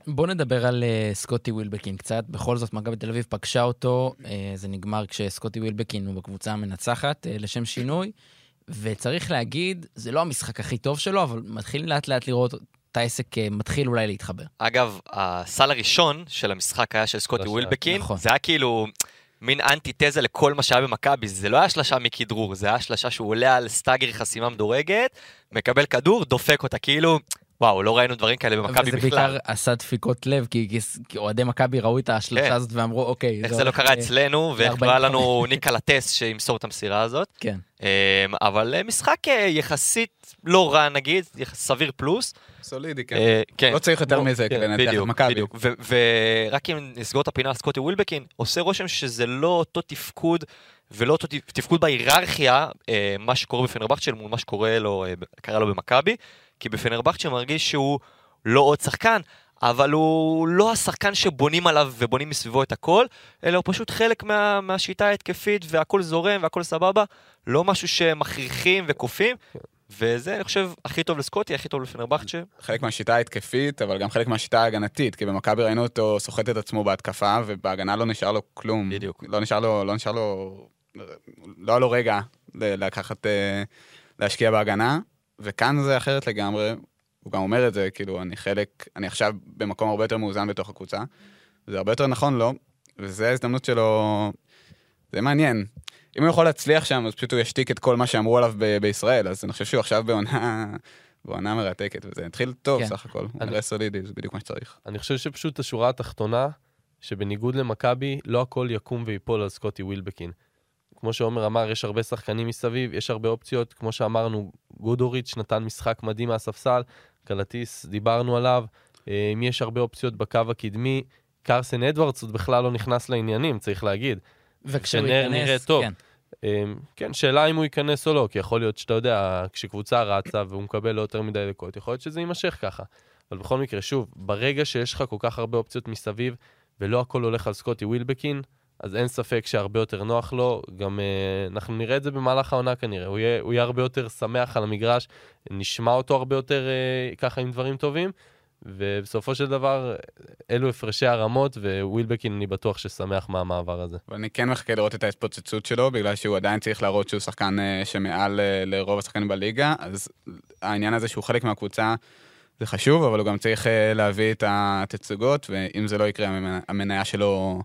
בוא נדבר על uh, סקוטי ווילבקין קצת. בכל זאת, מכבי תל אביב פגשה אותו. Uh, זה נגמר כשסקוטי ווילבקין הוא בקבוצה המנצחת, uh, לשם שינוי. וצריך להגיד, זה לא המשחק הכי טוב שלו, אבל מתחילים לאט לאט לראות את העסק uh, מתחיל אולי להתחבר. אגב, הסל הראשון של המשחק היה של סקוטי ווילבקין. נכון. זה היה כאילו מין אנטי-תזה לכל מה שהיה במכבי. זה לא היה שלשה מכדרור, זה היה שלשה שהוא עולה על סטאגר חסימה מדורגת, מקבל כדור, דופק אותה, כאילו... וואו, לא ראינו דברים כאלה במכבי בכלל. וזה בעיקר עשה דפיקות לב, כי, כי, כי אוהדי מכבי ראו את השלושה כן. הזאת ואמרו, אוקיי... איך זה לא קרה אצלנו, ואיך לא היה לנו ניקה לטס שימסור את המסירה הזאת. כן. אבל משחק יחסית לא רע, נגיד, סביר פלוס. סולידי, כן. כן. לא צריך יותר מזה כדי לנצח את מכבי. בדיוק, ורק אם נסגור את הפינה על סקוטי ווילבקין, עושה רושם שזה לא אותו תפקוד, ולא אותו תפקוד בהיררכיה, מה שקורה בפנרבכצ'ה מול מה שקורה לו, קרה לו במכבי, כי בפנרבכצ'ה מרגיש שהוא לא עוד שחקן, אבל הוא לא השחקן שבונים עליו ובונים מסביבו את הכל, אלא הוא פשוט חלק מה, מהשיטה ההתקפית, והכל זורם והכל סבבה, לא משהו שמכריחים וקופים, וזה, אני חושב, הכי טוב לסקוטי, הכי טוב לפנרבכצ'ה. חלק מהשיטה ההתקפית, אבל גם חלק מהשיטה ההגנתית, כי במכבי ראינו אותו סוחט את עצמו בהתקפה, ובהגנה לא נשאר לו כלום. בדיוק. לא נשאר לו, לא נשאר לו, לא היה לו רגע לקחת, להשקיע בהגנה, וכאן זה אחרת לגמרי. הוא גם אומר את זה, כאילו, אני חלק, אני עכשיו במקום הרבה יותר מאוזן בתוך הקבוצה, וזה הרבה יותר נכון לו, וזו ההזדמנות שלו, זה מעניין. אם הוא יכול להצליח שם, אז פשוט הוא ישתיק את כל מה שאמרו עליו ב- בישראל, אז אני חושב שהוא עכשיו בעונה, בעונה מרתקת, וזה התחיל טוב כן. סך הכל, הוא אני- נראה סולידי, זה בדיוק מה שצריך. אני חושב שפשוט השורה התחתונה, שבניגוד למכבי, לא הכל יקום ויפול על סקוטי ווילבקין. כמו שעומר אמר, יש הרבה שחקנים מסביב, יש הרבה אופציות, כמו שאמרנו, גודוריץ' נתן משחק מדהים מהספסל, קלטיס, דיברנו עליו, אם יש הרבה אופציות בקו הקדמי, קרסן אדוארדס עוד בכלל לא נכנס לעניינים, צריך להגיד. וכשהוא שנר נראה ייכנס, טוב. כן. כן, שאלה אם הוא ייכנס או לא, כי יכול להיות שאתה יודע, כשקבוצה רצה והוא מקבל לא יותר מדי דקות, יכול להיות שזה יימשך ככה. אבל בכל מקרה, שוב, ברגע שיש לך כל כך הרבה אופציות מסביב, ולא הכל הולך על סקוטי ווילבקין, אז אין ספק שהרבה יותר נוח לו, גם uh, אנחנו נראה את זה במהלך העונה כנראה, הוא יהיה, הוא יהיה הרבה יותר שמח על המגרש, נשמע אותו הרבה יותר uh, ככה עם דברים טובים, ובסופו של דבר, אלו הפרשי הרמות, ווילבקין אני בטוח ששמח מהמעבר הזה. אבל אני כן מחכה לראות את ההתפוצצות שלו, בגלל שהוא עדיין צריך להראות שהוא שחקן uh, שמעל uh, לרוב השחקנים בליגה, אז העניין הזה שהוא חלק מהקבוצה, זה חשוב, אבל הוא גם צריך uh, להביא את התצוגות, ואם זה לא יקרה, המנ- המניה שלו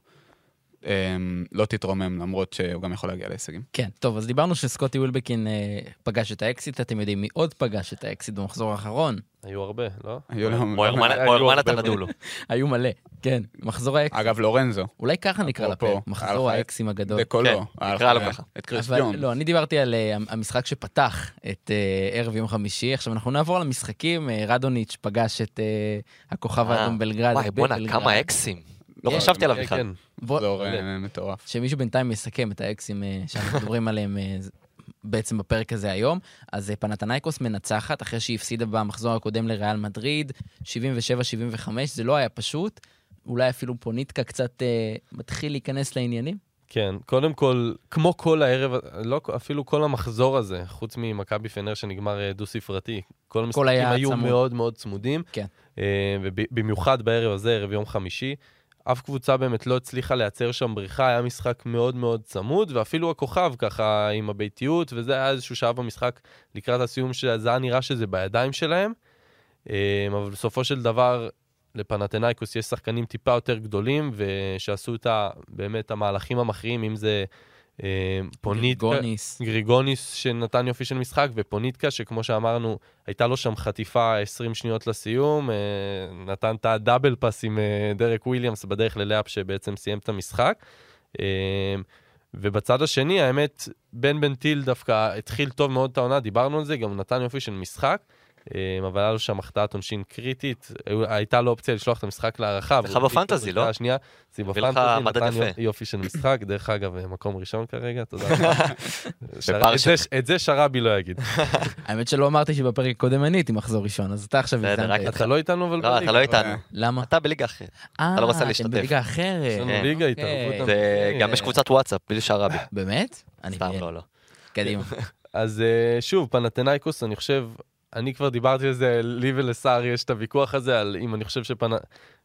לא תתרומם, למרות שהוא גם יכול להגיע להישגים. כן, טוב, אז דיברנו שסקוטי ווילבקין אה, פגש את האקסיט, אתם יודעים מי עוד פגש את האקסיט במחזור האחרון? היו הרבה, לא? היו לו- מוער נתן לדולו. היו מלא, כן, מחזור האקסיט. אגב, לורנזו, ככה ככה נקרא אפרופו, לפרק, מחזור היה לך את- האקסים הגדול. דקולו, כן, היה נקרא לך לו ככה. את קריס אבל ג'ונס. לא, אני דיברתי על אה, המשחק שפתח את אה, ערב יום חמישי, עכשיו אנחנו נעבור למשחקים, אה, רדוניץ' פגש את אה, הכוכב אה, האדום בלגרד. וואי, בואנה, בבלגרד. כמה אקסים. לא כן, חשבתי עליו כן, בכלל. כן. בוא- מחזור אה, מטורף. שמישהו בינתיים יסכם את האקסים אה, שאנחנו מדברים עליהם אה, בעצם בפרק הזה היום. אז אה, פנתנייקוס מנצחת, אחרי שהיא הפסידה במחזור הקודם לריאל מדריד, שבעים ושבע שבעים וחמש, זה לא היה פשוט. אולי אפילו פוניטקה קצת אה, מתחיל להיכנס לעניינים. כן, קודם כל, כמו כל הערב, לא, אפילו כל המחזור הזה, חוץ ממכבי פנר שנגמר אה, דו-ספרתי, כל המשחקים היה היו צמוד. מאוד מאוד צמודים, כן. אה, ובמיוחד בערב הזה, ערב יום חמישי, אף קבוצה באמת לא הצליחה לייצר שם בריחה, היה משחק מאוד מאוד צמוד, ואפילו הכוכב ככה עם הביתיות, וזה היה איזשהו שעה במשחק לקראת הסיום, שזה היה נראה שזה בידיים שלהם, אה, אבל בסופו של דבר, לפנתנייקוס יש שחקנים טיפה יותר גדולים, ושעשו את ה, באמת המהלכים המכריעים, אם זה אה, פוניטקה, גריגוניס. גריגוניס שנתן יופי של משחק, ופוניטקה שכמו שאמרנו, הייתה לו שם חטיפה עשרים שניות לסיום, אה, נתן את הדאבל פס עם אה, דרק וויליאמס בדרך ללאפ שבעצם סיים את המשחק. אה, ובצד השני, האמת, בן בן טיל דווקא התחיל טוב מאוד את העונה, דיברנו על זה, גם נתן יופי של משחק, אבל היה לו שם החטאת עונשין קריטית, הייתה לו אופציה לשלוח את המשחק להערכה. זה לך בפנטזי, לא? השנייה, זה הביא לך בפנטזי, מדד נתן יפה. יופי של משחק, דרך אגב, מקום ראשון כרגע, תודה רבה. בפרשת. את זה- את זה שרבי לא יגיד. האמת שלא אמרתי שבפרק הקודם אני הייתי מחזור ראשון, אז אתה עכשיו בסדר, רק הזנת. אתה לא איתנו, אבל... לא, אתה לא איתנו. למה? אתה בליגה אחרת. אה, אתה לא רוצה אתם להשתתף. בליגה אחרת. יש לנו כן. ליגה, אוקיי. התערבות. זה אמיתית. גם יש קבוצת וואטסאפ, בלי שרבי. באמת? אני סתם, בהלם. לא, לא. קדימה. אז אה, שוב, פנתנייקוס, אני חושב, אני כבר דיברתי על זה, לי ולסער יש את הוויכוח הזה, על אם אני חושב שפנ...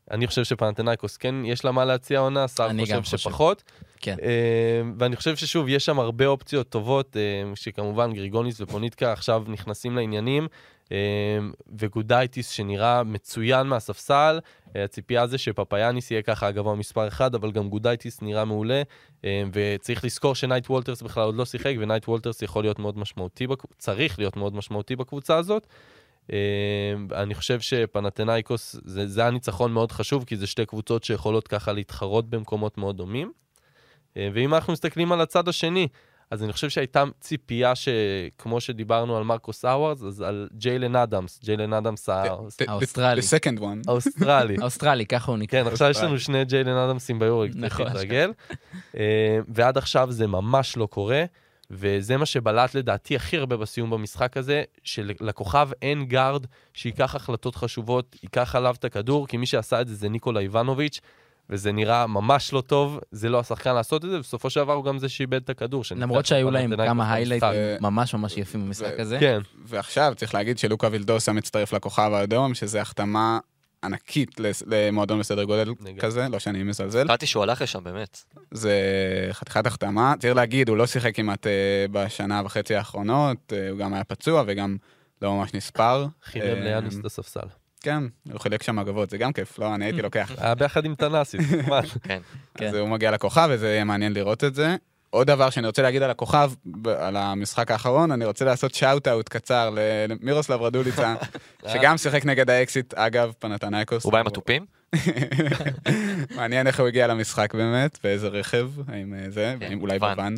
אני חושב שפנתנייקוס כן יש לה מה להציע עונה, שר אני גם חושב חושב. שפחות. כן. אה, ואני חושב ששוב, יש שם הרבה אופציות טובות, אה, שכמובן גריגוניס ופוניטקה עכשיו נכנסים לעניינים, אה, וגודייטיס שנראה מצוין מהספסל, אה, הציפייה זה שפפאיאניס יהיה ככה הגבוה מספר אחד, אבל גם גודייטיס נראה מעולה, אה, וצריך לזכור שנייט וולטרס בכלל עוד לא שיחק, ונייט וולטרס יכול להיות מאוד משמעותי, צריך להיות מאוד משמעותי בקבוצה הזאת. אני חושב שפנתנייקוס זה, זה הניצחון מאוד חשוב, כי זה שתי קבוצות שיכולות ככה להתחרות במקומות מאוד דומים. ואם אנחנו מסתכלים על הצד השני, אז אני חושב שהייתה ציפייה שכמו שדיברנו על מרקוס אאוורדס, אז על ג'יילן אדמס, ג'יילן אדמס האוסטרלי. The second one. האוסטרלי. האוסטרלי, ככה הוא נקרא. כן, עכשיו יש לנו שני ג'יילן אדמסים ביורוליג, צריך להתרגל. ועד עכשיו זה ממש לא קורה. וזה מה שבלט לדעתי הכי הרבה בסיום במשחק הזה, שלכוכב אין גארד שיקח החלטות חשובות, ייקח עליו את הכדור, כי מי שעשה את זה זה ניקולה איבנוביץ', וזה נראה ממש לא טוב, זה לא השחקן לעשות את זה, ובסופו של דבר הוא גם זה שאיבד את הכדור. למרות שהיו להם כמה היילייט ממש ממש יפים במשחק הזה. כן. ועכשיו צריך להגיד שלוקה וילדוסה מצטרף לכוכב האדום, שזה החתמה ענקית למועדון בסדר גודל כזה, לא שאני מזלזל. קראתי שהוא הלך לשם באמת. זה חתיכת החתמה, צריך להגיד, הוא לא שיחק כמעט בשנה וחצי האחרונות, הוא גם היה פצוע וגם לא ממש נספר. חימם ליאניס את הספסל. כן, הוא חילק שם אגבות, זה גם כיף, לא, אני הייתי לוקח. היה ביחד עם תנסית, כן. אז הוא מגיע לכוכב, וזה יהיה מעניין לראות את זה. עוד דבר שאני רוצה להגיד על הכוכב, על המשחק האחרון, אני רוצה לעשות שאוט-אוט קצר למירוסלב רדוליצה, שגם שיחק נגד האקסיט, אגב, פנתנייקוס. הוא בא עם הטופים? מעניין איך הוא הגיע למשחק באמת, באיזה רכב, עם זה, אולי בוון.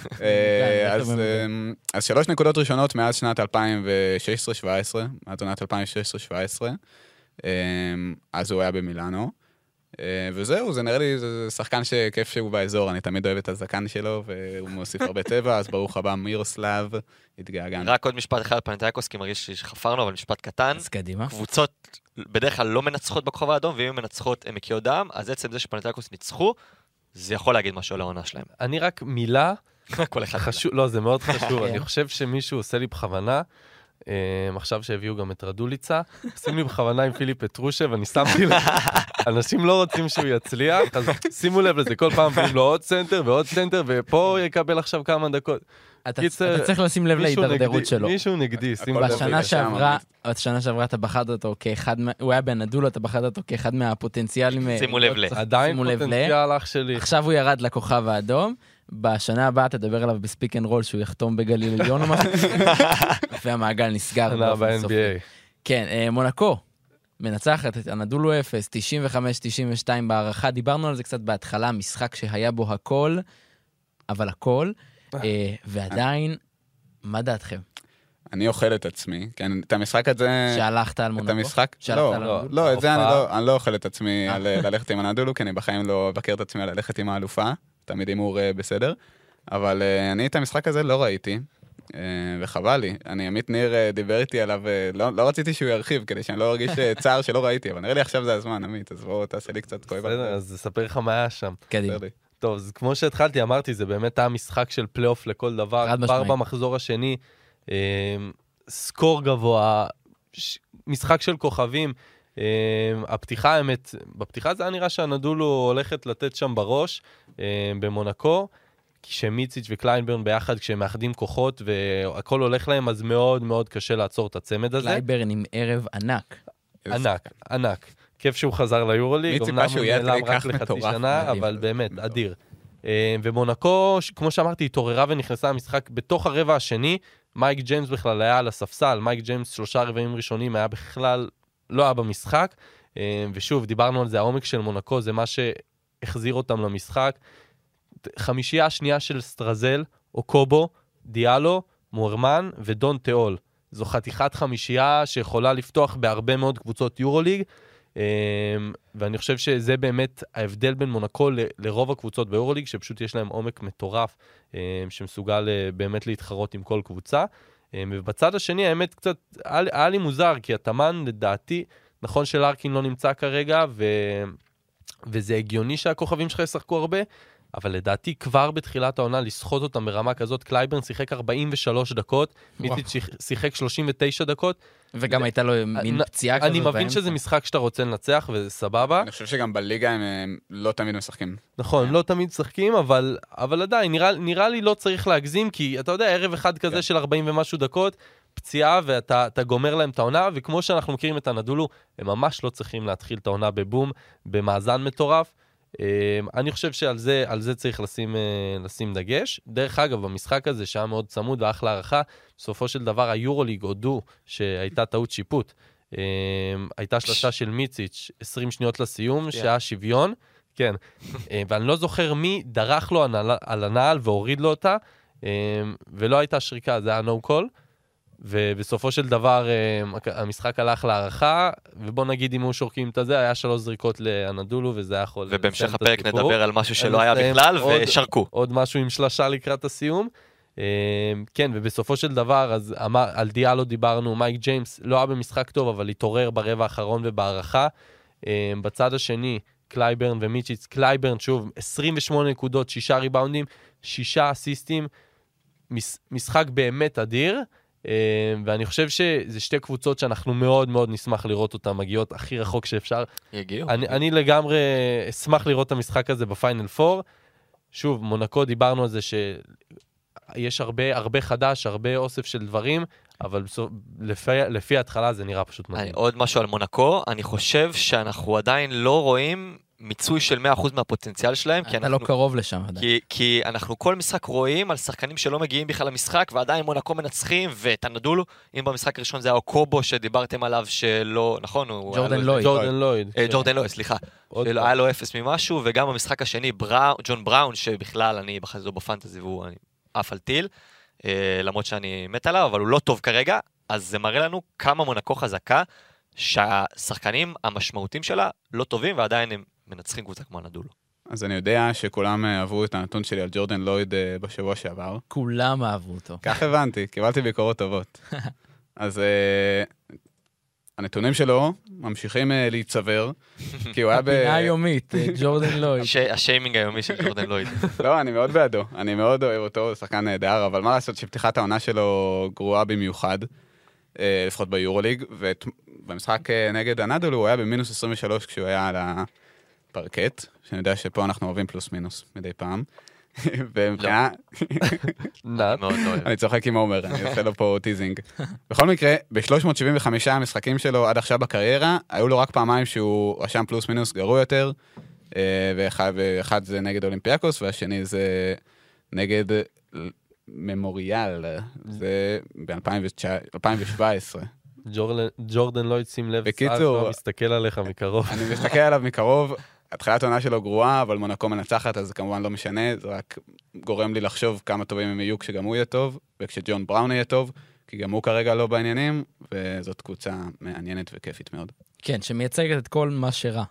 אז שלוש נקודות ראשונות מאז שנת אלפיים ושש עשרה שבע עשרה, מאז עונת אלפיים ושש עשרה שבע עשרה, אז הוא היה במילאנו. וזהו, זה נראה לי, זה שחקן שכיף שהוא באזור, אני תמיד אוהב את הזקן שלו, והוא מוסיף הרבה טבע, אז ברוך הבא מירוסלב, התגעגענו. רק עוד משפט אחד על פנתנייקוס, כי מרגיש שחפרנו, אבל משפט קטן. אז קדימה. קבוצות בדרך כלל לא מנצחות בכוכב האדום, ואם הן מנצחות הם מקיאות דם, אז עצם זה שפנתנייקוס ניצחו, זה יכול להגיד משהו על העונה שלהם. אני רק מילה, כל אחד חשוב, לא, זה מאוד חשוב, אני חושב שמישהו עושה לי בכוונה, עכשיו שהביאו גם את רדוליצה, עושים לי בכוונה עם פיליפ פטרושב, אני שמתי לב, אנשים לא רוצים שהוא יצליח, אז שימו לב לזה, כל פעם באים לו עוד סנטר ועוד סנטר, ופה יקבל עכשיו כמה דקות. אתה צריך לשים לב להידרדרות שלו. מישהו נגדי, שימו לב. בשנה שעברה, בשנה שעברה אתה בחרת אותו כאחד, הוא היה בנדולו, אתה בחרת אותו כאחד מהפוטנציאלים. שימו לב ל. עדיין פוטנציאל אח שלי. עכשיו הוא ירד לכוכב האדום, בשנה הבאה תדבר עליו בספיק אנד רול שהוא יחתום בגליל עליון או משהו, והמעגל נסגר. שנה ב-אן בי איי. כן, מונקו, מנצחת את הנדולו אפס, תשעים וחמש תשעים ושתיים בהערכה, דיברנו על זה קצת בהתחלה, משחק שהיה בו הכל, אבל הכל, ועדיין, מה דעתכם? אני אוכל את עצמי, כן, את המשחק הזה... שהלכת על מונקו? את המשחק? לא, לא, את זה אני לא אוכל את עצמי על ללכת עם הנדולו, כי אני בחיים לא אבקר את עצמי על ללכת עם האלופה. תמיד הימור בסדר, אבל אני את המשחק הזה לא ראיתי, וחבל לי. אני עמית ניר דיבר איתי עליו, לא, לא רציתי שהוא ירחיב, כדי שאני לא ארגיש צער שלא ראיתי, אבל נראה לי עכשיו זה הזמן, עמית, אז בואו תעשה לי קצת כואב. בסדר, אז אספר לך מה היה שם. קדימה. טוב, אז כמו שהתחלתי, אמרתי, זה באמת היה משחק של פלייאוף לכל דבר, כבר במחזור השני, סקור גבוה, משחק של כוכבים, Uh, הפתיחה האמת, בפתיחה זה היה נראה שהנדולו הולכת לתת שם בראש uh, במונקו, כשמיציץ' וקליינברן ביחד, כשהם מאחדים כוחות והכל הולך להם, אז מאוד מאוד קשה לעצור את הצמד הזה. קליינברן עם ערב ענק. ענק, ענק. כיף שהוא חזר ליורוליג, אמנם הוא נעלם רק לחצי שנה, אבל באמת, אדיר. Uh, ומונקו, כמו שאמרתי, התעוררה ונכנסה למשחק בתוך הרבע השני, מייק ג'יימס בכלל היה על הספסל, מייק ג'יימס שלושה רבעים ראשונים היה בכלל לא היה במשחק, ושוב, דיברנו על זה, העומק של מונקו זה מה שהחזיר אותם למשחק. חמישייה השנייה של סטרזל, אוקובו, דיאלו, מורמן ודון תיאול. זו חתיכת חמישייה שיכולה לפתוח בהרבה מאוד קבוצות יורוליג, ואני חושב שזה באמת ההבדל בין מונקו לרוב הקבוצות ביורוליג, שפשוט יש להם עומק מטורף, שמסוגל באמת להתחרות עם כל קבוצה. ובצד השני, האמת קצת, היה לי מוזר, כי התאמן, לדעתי, נכון שלארקין לא נמצא כרגע, ו... וזה הגיוני שהכוכבים שלך ישחקו הרבה, אבל לדעתי כבר בתחילת העונה לסחוט אותם ברמה כזאת, קלייברן שיחק ארבעים ושלוש דקות, מיציץ' שיחק שלושים ותשע דקות. וגם הייתה לו מין פציעה כזאת אני מבין שזה משחק שאתה רוצה לנצח, וזה סבבה. אני חושב שגם בליגה הם לא תמיד משחקים. נכון, לא תמיד משחקים, אבל, אבל עדיין, נראה, נראה לי לא צריך להגזים, כי אתה יודע, ערב אחד כזה של ארבעים ומשהו דקות, פציעה, ואתה אתה גומר להם את העונה, וכמו שאנחנו מכירים את הנדולו, הם ממש לא צריכים להתחיל את העונה בבום, במאזן מטורף. אני חושב שעל זה, על זה צריך לשים, לשים דגש. דרך אגב, במשחק הזה, שהיה מאוד צמוד ואחלה הערכה, בסופו של דבר היורוליג הודו שהייתה טעות שיפוט. הייתה שלושה של מיציץ', עשרים שניות לסיום, שהיה שוויון. כן. ואני לא זוכר מי דרך לו על הנעל והוריד לו אותה, ולא הייתה שריקה, זה היה no call. ובסופו של דבר המשחק הלך להערכה, ובוא נגיד אם הוא שורקים את זה, היה שלוש זריקות לאנדולו, וזה היה יכול... ובהמשך הפרק נדבר על משהו שלא היה בכלל, ושרקו. עוד משהו עם שלשה לקראת הסיום. כן, ובסופו של דבר, אז על דיאלו דיברנו, מייק ג'יימס לא היה במשחק טוב, אבל התעורר ברבע האחרון ובהערכה. בצד השני, קלייברן ומיצ'יץ, קלייברן שוב, עשרים ושמונה נקודות, שישה ריבאונדים, שישה אסיסטים, משחק באמת אדיר, ואני חושב שזה שתי קבוצות שאנחנו מאוד מאוד נשמח לראות אותן, מגיעות הכי רחוק שאפשר. יגיעו. אני, אני לגמרי אשמח לראות את המשחק הזה בפיינל פור. שוב, מונקו דיברנו על זה שיש הרבה, הרבה חדש, הרבה אוסף של דברים, אבל לפי, לפי ההתחלה זה נראה פשוט מדהים. עוד משהו על מונקו, אני חושב שאנחנו עדיין לא רואים מיצוי של מאה אחוז מהפוטנציאל שלהם. אתה לא קרוב לשם עדיין. כי, כי אנחנו כל משחק רואים על שחקנים שלא מגיעים בכלל למשחק, ועדיין מונקו מנצחים, ותנדולו, אם במשחק הראשון זה היה אוקובו שדיברתם עליו שלא, נכון? ג'ורדן לויד. ג'ורדן לויד. ג'ורדן לויד, סליחה. היה לו אפס ממשהו, וגם במשחק השני, ג'ון בראון, שבכלל אני בחזית לו בפנטזי, והוא אף על טיל, למרות שאני מת עליו, אבל הוא לא טוב כרגע, אז זה מראה לנו כמה מונקו חזקה, שהשחקנים המשמעותיים שלה לא טובים, ועדיין הם מנצחים קבוצה כמו הנדולו. אז אני יודע שכולם אהבו את הנתון שלי על ג'ורדן לויד בשבוע שעבר. כולם אהבו אותו. כך הבנתי, קיבלתי ביקורות טובות. אז הנתונים שלו ממשיכים להיצבר, כי הוא היה ב... הפינה היומית, ג'ורדן לויד. השיימינג היומי של ג'ורדן לויד. לא, אני מאוד בעדו, אני מאוד אוהב אותו, הוא שחקן נהדר, אבל מה לעשות שפתיחת העונה שלו גרועה במיוחד, לפחות ביורוליג, ובמשחק נגד הנדולו הוא היה במינוס עשרים ושלוש כשהוא היה על הפרקט, שאני יודע שפה אנחנו אוהבים פלוס מינוס מדי פעם. ומבחינה... אני צוחק עם עומר, אני עושה לו פה טיזינג. בכל מקרה, ב-שלוש מאות שבעים וחמישה המשחקים שלו עד עכשיו בקריירה, היו לו רק פעמיים שהוא רשם פלוס מינוס גרוע יותר, ואחד זה נגד אולימפיאקוס, והשני זה נגד ממוריאל, זה ב-אלפיים שבע עשרה. ג'ורדן לויד, שים לב, בקיצור, מסתכל עליך מקרוב. אני מסתכל עליו מקרוב, התחילת העונה שלו גרועה, אבל מונקו מנצחת, אז זה כמובן לא משנה, זה רק גורם לי לחשוב כמה טובים הם יהיו כשגם הוא יהיה טוב, וכשג'ון בראון יהיה טוב, כי גם הוא כרגע לא בעניינים, וזאת קבוצה מעניינת וכיפית מאוד. כן, שמייצגת את כל מה שרע.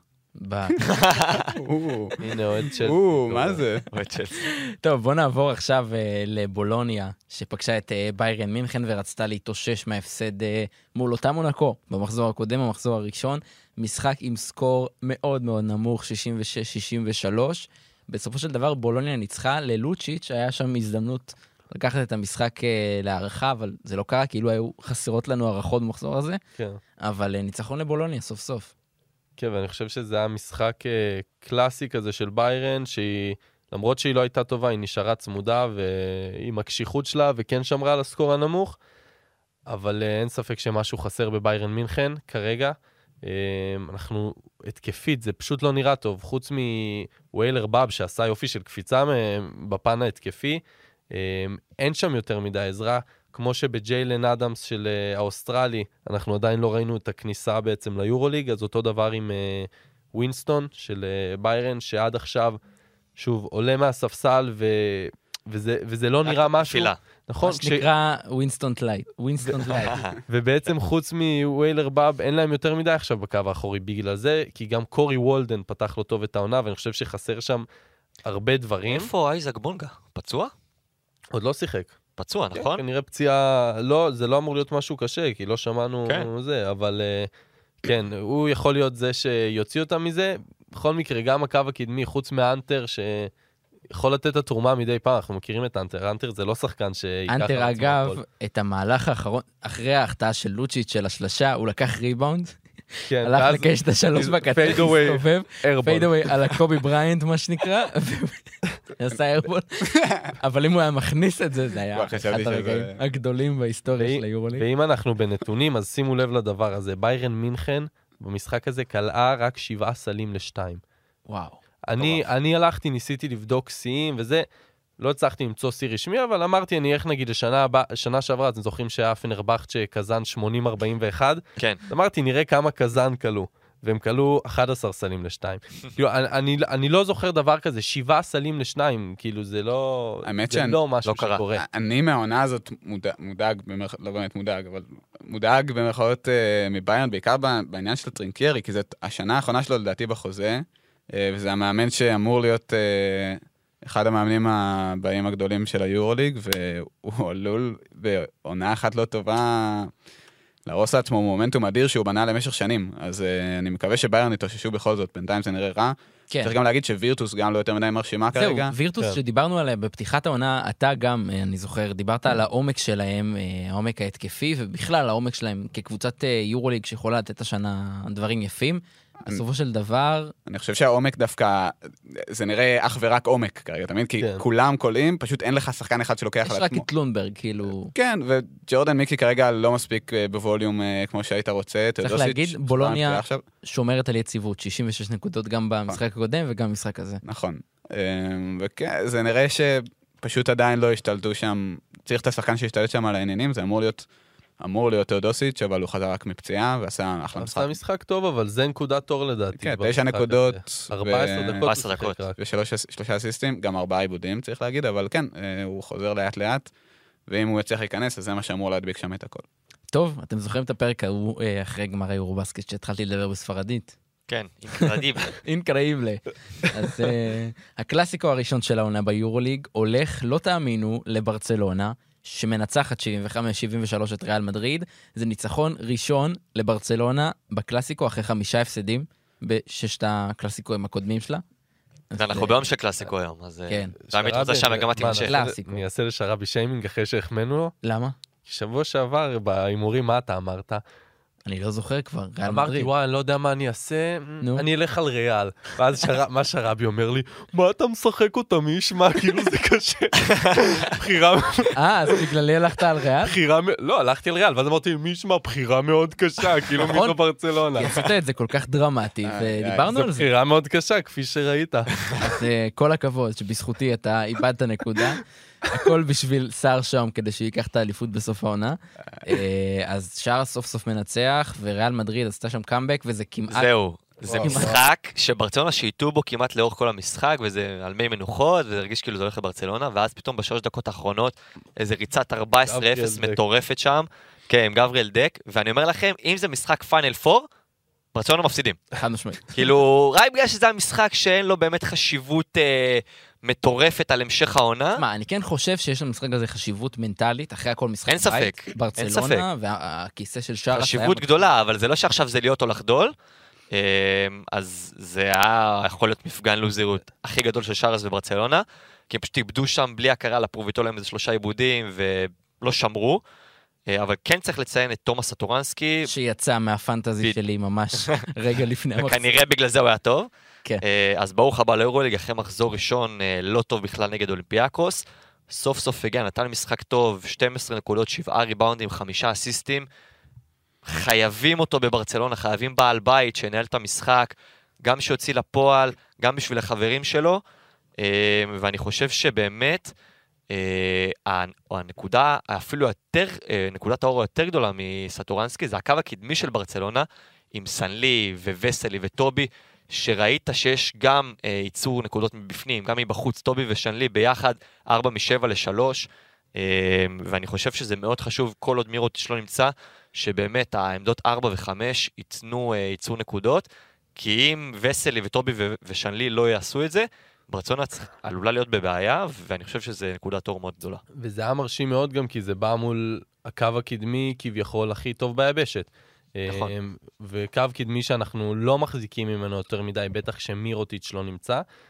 הנה, אוהד צ'לסי. מה זה? טוב, בוא נעבור עכשיו לבולוניה, שפגשה את ביירן מינכן ורצתה להתאושש מההפסד מול אותה מונקו במחזור הקודם, המחזור הראשון, משחק עם סקור מאוד מאוד נמוך, שישים ושש שישים ושלוש. בסופו של דבר בולוניה ניצחה ללוצ'יץ', היה שם הזדמנות לקחת את המשחק להערכה, אבל זה לא קרה, כאילו היו חסרות לנו הערכות במחזור הזה, אבל ניצחון לבולוניה סוף סוף. כן, ואני חושב שזה היה משחק קלאסי כזה של ביירן, שהיא, למרות שהיא לא הייתה טובה, היא נשארה צמודה, ועם הקשיחות שלה, וכן שמרה על הסקור הנמוך, אבל אין ספק שמשהו חסר בביירן מינכן כרגע. אנחנו התקפית, זה פשוט לא נראה טוב, חוץ מוויילר באב, שעשה יופי של קפיצה בפן ההתקפי, אין שם יותר מדי עזרה, כמו שבג'יילן אדמס של האוסטרלי, אנחנו עדיין לא ראינו את הכניסה בעצם ליורוליג, אז אותו דבר עם ווינסטון של ביירן, שעד עכשיו, שוב, עולה מהספסל, ו... וזה, וזה לא נראה משהו. נכון? מה שנקרא ווינסטון טלייט. ווינסטון טלייט. ובעצם חוץ מוויילר באב, אין להם יותר מדי עכשיו בקו האחורי בגלל זה, כי גם קורי וולדן פתח לו טוב את העונה, ואני חושב שחסר שם הרבה דברים. איפה אייזק בונגה? פצוע? עוד לא שיחק. פצוע, נכון? כנראה פציעה, לא, זה לא אמור להיות משהו קשה, כי לא שמענו זה, אבל כן, הוא יכול להיות זה שיוציא אותם מזה. בכל מקרה, גם הקו הקדמי, חוץ מהאנטר, יכול לתת את התרומה מדי פעם, אנחנו מכירים את אנטר, אנטר זה לא שחקן שיקח... אנטר אגב, את המהלך האחרון, אחרי ההחטאה של לוצ'יץ' של השלשה, הוא לקח ריבאונד, כן, הלך לקש את השלוש בקצה, הסתובב, פייד אווי על הקובי בריינט, מה שנקרא, ועשה איירבול, אבל אם הוא היה מכניס את זה, זה היה אחד הרגעים הגדולים בהיסטוריה של היורוליג. ואם אנחנו בנתונים, אז שימו לב לדבר הזה, ביירן מינכן, במשחק הזה קלעה רק שבעה סלים לשתיים. וואו. אני, אני הלכתי, ניסיתי לבדוק שיאים, וזה, לא הצלחתי למצוא שיא רשמי, אבל אמרתי, אני איך נגיד לשנה הבא, שנה שעברה, אתם זוכרים שהיה פנרבכט שקזן שמונים ארבעים ואחת? כן. אמרתי, נראה כמה קזן קלו, והם קלו אחד עשר סלים לשתיים. כאילו, אני, אני, אני לא זוכר דבר כזה, שבעה סלים לשניים, כאילו, זה לא, האמת זה שאני- לא משהו לא קרה. שקורה. אני מהעונה הזאת מודאג, מודאג במרכ... לא באמת מודאג, אבל מודאג במרכאות אה, מביירן, בעיקר ב- בעניין של טרינקיירי, כי זאת השנה האחרונה שלו לדעתי בחוזה, אה, וזה המאמן שאמור להיות אה, אחד המאמנים הבאים הגדולים של היורוליג, והוא עלול בעונה אחת לא טובה להרוס לעצמו מומנטום אדיר שהוא בנה למשך שנים. אז אה, אני מקווה שביירן יתאוששו בכל זאת, בינתיים זה נראה רע. כן. צריך גם להגיד שווירטוס גם לא יותר מדי מרשימה זהו, כרגע. וירטוס כן. שדיברנו עליה בפתיחת העונה, אתה גם, אה, אני זוכר, דיברת על העומק שלהם, אה, העומק ההתקפי, ובכלל העומק שלהם כקבוצת אה, יורוליג שיכולה לתת השנה דברים יפים. בסופו של דבר, אני חושב שהעומק דווקא, זה נראה אך ורק עומק כרגע, תמיד, כי כן. כולם קולים, פשוט אין לך שחקן אחד שלוקח יש על רק עצמו. את לונברג, כאילו... כן, וג'ורדן מיקי כרגע לא מספיק אה, בווליום אה, כמו שהיית רוצה. צריך תאודוסיץ', להגיד, שבועיים בולוניה- פציעה עכשיו. שומרת על יציבות, שישים ושש נקודות גם במשחק הקודם וגם במשחק הזה. נכון. אה, וכן, זה נראה שפשוט עדיין לא השתלטו שם, צריך את השחקן שהשתלט שם על העניינים, זה אמור להיות, אמור להיות תאודוסיץ', אבל הוא חזר רק מפציעה, ועשה אחלה משחק. עשה משחק טוב, אבל זה נקודת תור לדעתי. כן, במשחק תשע הזה. נקודות. ארבע עשרה ו- דקות. ארבע עשרה הוא שיחק דקות. רק. ושלושה אסיסטים, גם ארבעה עיבודים צריך להגיד, אבל כן, אה, הוא חוזר לאט לאט, ואם הוא יצליח להיכנס, אז זה מה שאמור להדביק שם את הכל. טוב, אתם זוכרים את הפרק ההוא אה, אחרי גמר היורובסקט שהתחלתי לדבר בספרדית? כן, אינקרדיבל. אינקרדיבלה. אז אה, הקלאסיקו הראשון של העונה ביורוליג הולך, לא תאמינו, לברצלונה, שמנצחת שבעים וחמש שבעים ושלוש את ריאל מדריד. זה ניצחון ראשון לברצלונה בקלאסיקו אחרי חמישה הפסדים בששת הקלאסיקוים הקודמים שלה. אז, אנחנו אה, ביום של קלאסיקו היום, אז אה, כן. תמיד רוצה שהמגמה מה, תימשך. נעשה- קלאסיקו. אני אעשה לשרבי שיימינג אחרי שהחמנו לו. למה? שבוע שעבר בהימורים, מה אתה אמרת? אני לא זוכר כבר, ריאל אמרתי, מדריד. וואי, אני לא יודע מה אני אעשה, נו. אני אלך על ריאל. ואז שר- מה שרבי אומר לי, מה אתה משחק אותה, מי ישמע, כאילו זה קשה. בחירה, אה, אז בגללי הלכת על ריאל? בחירה, מ- לא, הלכתי על ריאל, ואז אמרתי, מי ישמע, בחירה מאוד קשה, כאילו מי נכון. זו ברצלונה. כי עשית את זה כל כך דרמטי, איי, ודיברנו זו על זה. בחירה מאוד קשה, כפי שראית. אז אה, כל הכבוד שבזכותי אתה איבדת נקודה. הכל בשביל שר שם כדי שיקח את האליפות בסוף העונה. אה, אז שר סוף סוף מנצח, וריאל מדריד עשתה שם קאמבק, וזה כמעט... זהו, זה וואו. משחק שברצלונה שייטו בו כמעט לאורך כל המשחק, וזה על מי מנוחות, וזה הרגיש כאילו זה הולך לברצלונה, ואז פתאום בשלוש דקות האחרונות, איזה ריצת ארבע עשרה אפס גבריאל דק. מטורפת שם, כן, עם גבריאל דק, ואני אומר לכם, אם זה משחק פיינל פור, ברצלונה מפסידים. חד משמעית. כאילו, רק בגלל שזה המשחק שאין לו באמת חשיבות אה, מטורפת על המשך העונה, מה, אני כן חושב שיש למשחק הזה חשיבות מנטלית, אחרי הכל משחק אין ספק, אין ברצלונה, והכיסא של שרס חשיבות גדולה, אבל זה לא שעכשיו זה להיות או לחדול, אה, אז זה היה יכול להיות מפגן לוזירות הכי גדול של שרס וברצלונה, כי הם פשוט איבדו שם בלי הכרה, לפרוביטו להם איזה שלושה עיבודים, ולא שמרו, אה, אבל כן צריך לציין את תומאס סטורנסקי, שיצא מהפנטזי ב- שלי ממש רגע לפני המחזור. וכנראה בגלל זה הוא היה טוב. כן. אה, אז ברוך הבא ליורוליג, אחרי מחזור ראשון אה, לא טוב בכלל נגד אולימפיאקוס, סוף סוף הגיע, נתן משחק טוב, שתים עשרה נקודות, שבעה ריבאונדים, חמישה אסיסטים, חייבים אותו בברצלונה, חייבים בעל בית שינהל את המשחק, גם שיוציא לפועל, גם בשביל החברים שלו, אה, ואני חושב שבאמת, אה, הנקודה, אפילו יותר, אה, נקודת האור היותר גדולה מסטורנסקי, זה הקו הקדמי של ברצלונה, עם סנלי ווסלי וטובי, שראית שיש גם אה, ייצור נקודות מבפנים, גם מבחוץ, טובי ושנלי ביחד, ארבע משבע לשלוש, אה, ואני חושב שזה מאוד חשוב, כל עוד מירוטיץ' לא נמצא, שבאמת העמדות ארבע וחמש ייתנו, אה, ייצור נקודות, כי אם וסלי וטובי ו- ושנלי לא יעשו את זה, ברצלונה עלולה להיות בבעיה, ואני חושב שזה נקודת אור מאוד גדולה. וזה היה מרשים מאוד גם כי זה בא מול הקו הקדמי כביכול הכי טוב ביבשת. נכון. אמ, וקו קדמי שאנחנו לא מחזיקים ממנו יותר מדי, בטח שמירוטיץ' לא נמצא.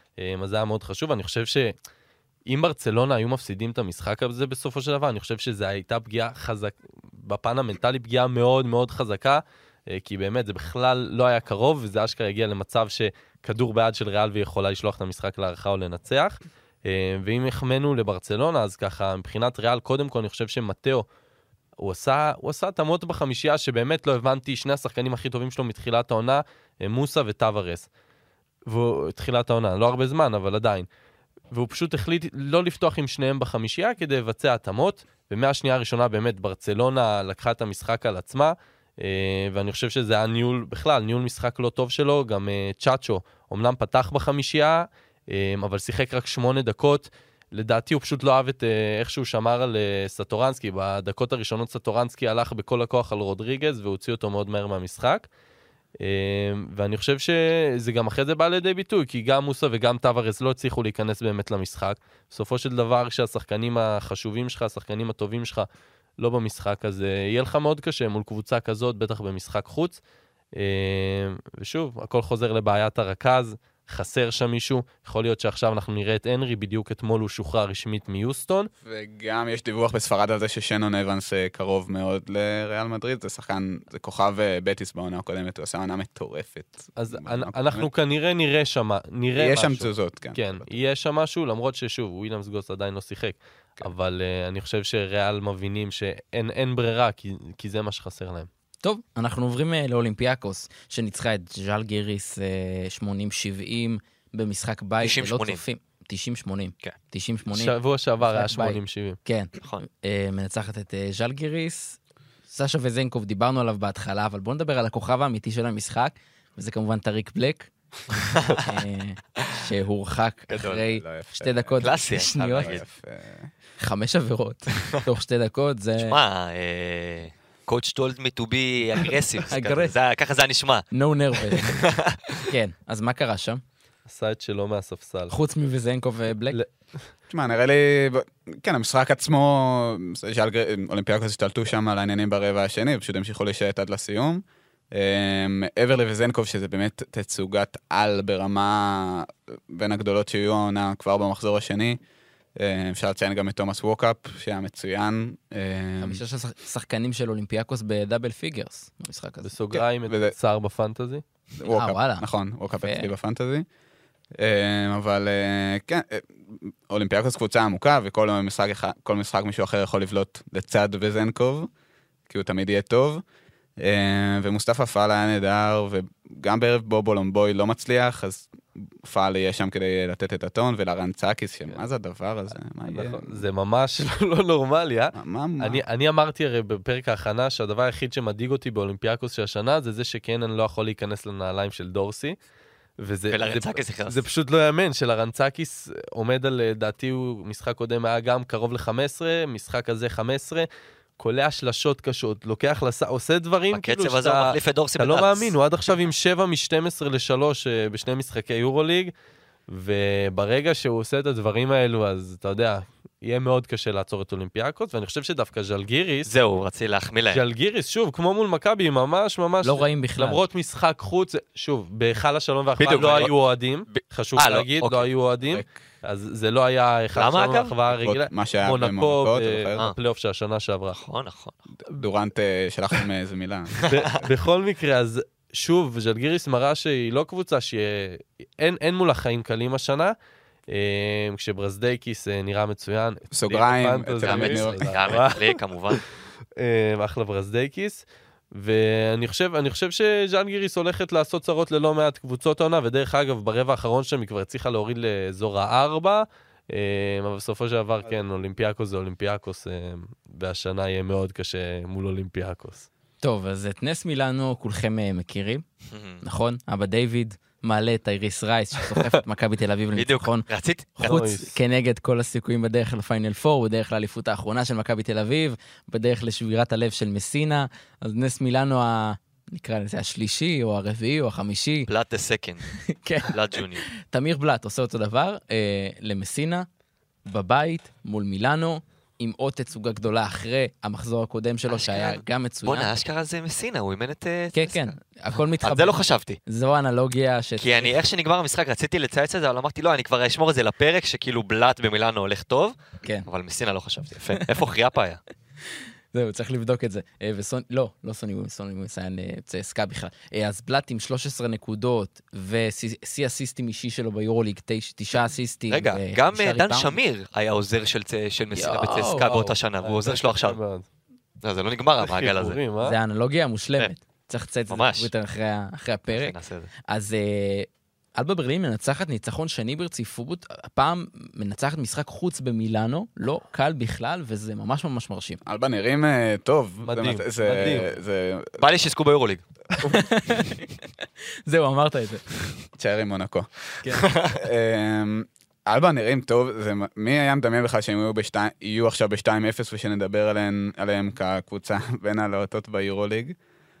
אז זה היה מאוד חשוב. אני חושב שאם ברצלונה היו מפסידים את המשחק הזה בסופו של דבר, אני חושב שזו הייתה פגיעה חזק, בפן המנטלי פגיעה מאוד מאוד חזקה, כי באמת זה בכלל לא היה קרוב, וזה אשכרה הגיע למצב שכדור ביד של ריאל ויכולה לשלוח את המשחק להערכה או לנצח. ואם החמנו לברצלונה, אז ככה, מבחינת ריאל, קודם כל אני חושב שמטאו, הוא עשה, הוא עשה תמות בחמישייה שבאמת לא הבנתי, שני השחקנים הכי טובים שלו מתחילת העונה, מוסה וטוורס. והוא, תחילת העונה, לא הרבה זמן, אבל עדיין. והוא פשוט החליט לא לפתוח עם שניהם בחמישייה כדי לבצע התאמות, ומהשנייה הראשונה באמת ברצלונה לקחה את המשחק על עצמה, ואני חושב שזה היה ניהול, בכלל, ניהול משחק לא טוב שלו, גם צ'אצ'ו, אומנם פתח בחמישייה, אבל שיחק רק שמונה דקות, לדעתי הוא פשוט לא אהב את איך שהוא שמר על סטורנסקי, בדקות הראשונות סטורנסקי הלך בכל הכוח על רודריגז, והוציא אותו מאוד מהר מהמשחק, ואני חושב שזה גם אחרי זה בא לידי ביטוי, כי גם מוסה וגם טוורס לא הצליחו להיכנס באמת למשחק, בסופו של דבר כשהשחקנים החשובים שלך, השחקנים הטובים שלך, לא במשחק, אז יהיה לך מאוד קשה מול קבוצה כזאת, בטח במשחק חוץ, ושוב, הכל חוזר לבעיית הרכז, חסר שם מישהו, יכול להיות שעכשיו אנחנו נראה את הנרי, בדיוק אתמול הוא שוחרר רשמית מיוסטון. וגם יש דיווח בספרד על זה ששנון אבנס קרוב מאוד לריאל מדריד, זה שחקן, זה כוכב בטיס בעונה הקודמת, הוא עושה עונה מטורפת. אז אנחנו כנראה נראה שם, נראה משהו. יש שם תזוזות, כן. כן, יהיה שם משהו, למרות ששוב, וויליאמס גוס עדיין לא שיחק, אבל אני חושב שריאל מבינים שאין ברירה, כי זה מה שחסר להם. טוב, אנחנו עוברים לאולימפיאקוס, שניצחה את ז'אלגיריס שמונים שבעים במשחק בית. תשעים שמונים. תשעים שמונים. כן. תשעים שמונים. שבוע שעבר היה שמונים שבעים. כן. נכון. מנצחת את ז'אלגיריס. סשה וזנקוב, דיברנו עליו בהתחלה, אבל בואו נדבר על הכוכב האמיתי של המשחק, וזה כמובן טריק בלק, שהורחק אחרי שתי דקות שניות. חמש עבירות. תוך שתי דקות זה... תשמע, coach told me to be aggressive. ככה זה נשמע. No nervous. כן, אז מה קרה שם? עשה את שלו מהספסל. חוץ מווזנקו ובלק? תשמע, נראה לי, כן, המשחק עצמו, אולימפיאקוס השתלטו שם על העניינים ברבע השני, ופשוט המשיכו להישאט עד לסיום. מעבר לווזנקוב, שזה באמת תצוגת על ברמה בין הגדולות שיהיו העונה כבר במחזור השני, אפשר לציין גם את תומאס ווקאפ, שהיה מצוין. חמישה שחקנים של אולימפיאקוס בדאבל פיגרס, במשחק הזה. בסוגריים את צער בפנטזי. ווקאפ, נכון, ווקאפ אצלי בפנטזי. אבל כן, אולימפיאקוס קבוצה עמוקה, וכל משחק מישהו אחר יכול לבלוט לצד וזנקוב, כי הוא תמיד יהיה טוב. ומוסטפא פאל היה נהדר, וגם בערב בובו לומבוי לא מצליח, אז פאל יהיה שם כדי לתת את הטון, ולרנצקיס, שמה זה הדבר הזה? זה ממש לא נורמלי, אה? אני אמרתי הרי בפרק ההכנה, שהדבר היחיד שמדאיג אותי באולימפיאקוס של השנה, זה זה שכן אני לא יכול להיכנס לנעליים של דורסי, וזה פשוט לא יאמן, שלרנצקיס עומד על דעתי, הוא משחק קודם היה גם קרוב ל-חמש עשרה, משחק הזה חמש עשרה, קולע שלשות קשות, לוקח, עושה דברים, בקצב הזה הוא מחליף את דורסי בדארץ. אתה לא מאמין, הוא עד עכשיו עם שבע מ-שתים עשרה ל-שלוש בשני משחקי יורוליג, וברגע שהוא עושה את הדברים האלו, אז אתה יודע, יהיה מאוד קשה לעצור את אולימפיאקוס, ואני חושב שדווקא ז'אלגיריס... זהו, רציתי להחמיא להם. ז'אלגיריס, שוב, כמו מול מכבי, ממש ממש... לא רעים בכלל. למרות משחק חוץ, שוב, בהיכל השלום והאחווה לא היו אוהדים, חשוב להגיד, לא היו אוהדים. אז זה לא היה אחד שלום והאחווה הרגילה. מה שהיה מונקו בפלייאוף של השנה שעברה. נכון, נכון. דורנט שלחתם איזה מילה. בכל מקרה, אז שוב, ז'אלגיריס מראה שהיא לא קבוצה שאין מולה חיים קלים השנה, כשברזדייקיס נראה מצוין. סוגריים, כמובן. אחלה ברזדייקיס. ואני חושב, אני חושב שז'אלגיריס הולכת לעשות צרות ללא מעט קבוצות העונה, ודרך אגב, ברבע האחרון שם היא כבר הצליחה להוריד לאזור הארבע, אבל בסופו של דבר, כן, אולימפיאקוס זה אולימפיאקוס, והשנה יהיה מאוד קשה מול אולימפיאקוס. טוב, אז את נס מילאנו כולכם מכירים, נכון? אבא דיוויד מעלה את טייריס רייס, שסוחף את מכבי תל אביב לניצחון. רצית? חוץ כנגד כל הסיכויים בדרך לפיינל פור, בדרך לאליפות האחרונה של מכבי תל אביב, בדרך לשבירת הלב של מסינה, אז נס מילאנו, נקרא לזה השלישי, או הרביעי, או החמישי. בלאט הסקנד. כן. בלאט ג'וניור. תמיר בלאט עושה אותו דבר, למסינה, בבית, מול מילאנו, עם עוד תצוגה גדולה אחרי המחזור הקודם שלו, שהיה גם מצוין. בוא'נה, אשכרה זה מסינה, הוא אימן את... כן, כן, הכל מתחבר. על זה לא חשבתי. זו האנלוגיה ש... כי אני, איך שנגמר המשחק, רציתי לצייץ את זה, אבל אמרתי, לא, אני כבר אשמור את זה לפרק, שכאילו בלט במילאנו הולך טוב, כן. אבל מסינה לא חשבתי. יפה. איפה חריאפה היה? זהו, צריך לבדוק את זה. וסון... לא, לא סוני ווימס, סוני ווימס היה צסקה בכלל. אז בלט עם שלוש עשרה נקודות, ושיא אסיסטים אישי שלו ביורוליג, תשעה אסיסטים. רגע, גם דן שמיר היה עוזר של מסינה בצסקה באותה שנה, והוא עוזר שלו עכשיו. זה לא נגמר המעגל הזה. זה האנלוגיה המושלמת. צריך לצאת את זה בטוויטר אחרי הפרק. אז אלבה ברלין מנצחת ניצחון שני ברציפות, הפעם מנצחת משחק חוץ במילאנו, לא קל בכלל, וזה ממש ממש מרשים. אלבה נראים טוב. מדהים, מדהים. בא לי שיזכו ביורוליג. זהו, אמרת את זה. תשאר עם מונקו. אלבה נראים טוב, מי היה מדמיין בכלל שהם יהיו עכשיו ב-שתיים אפס ושנדבר עליהם כקבוצה בין הלהוטות ביורוליג.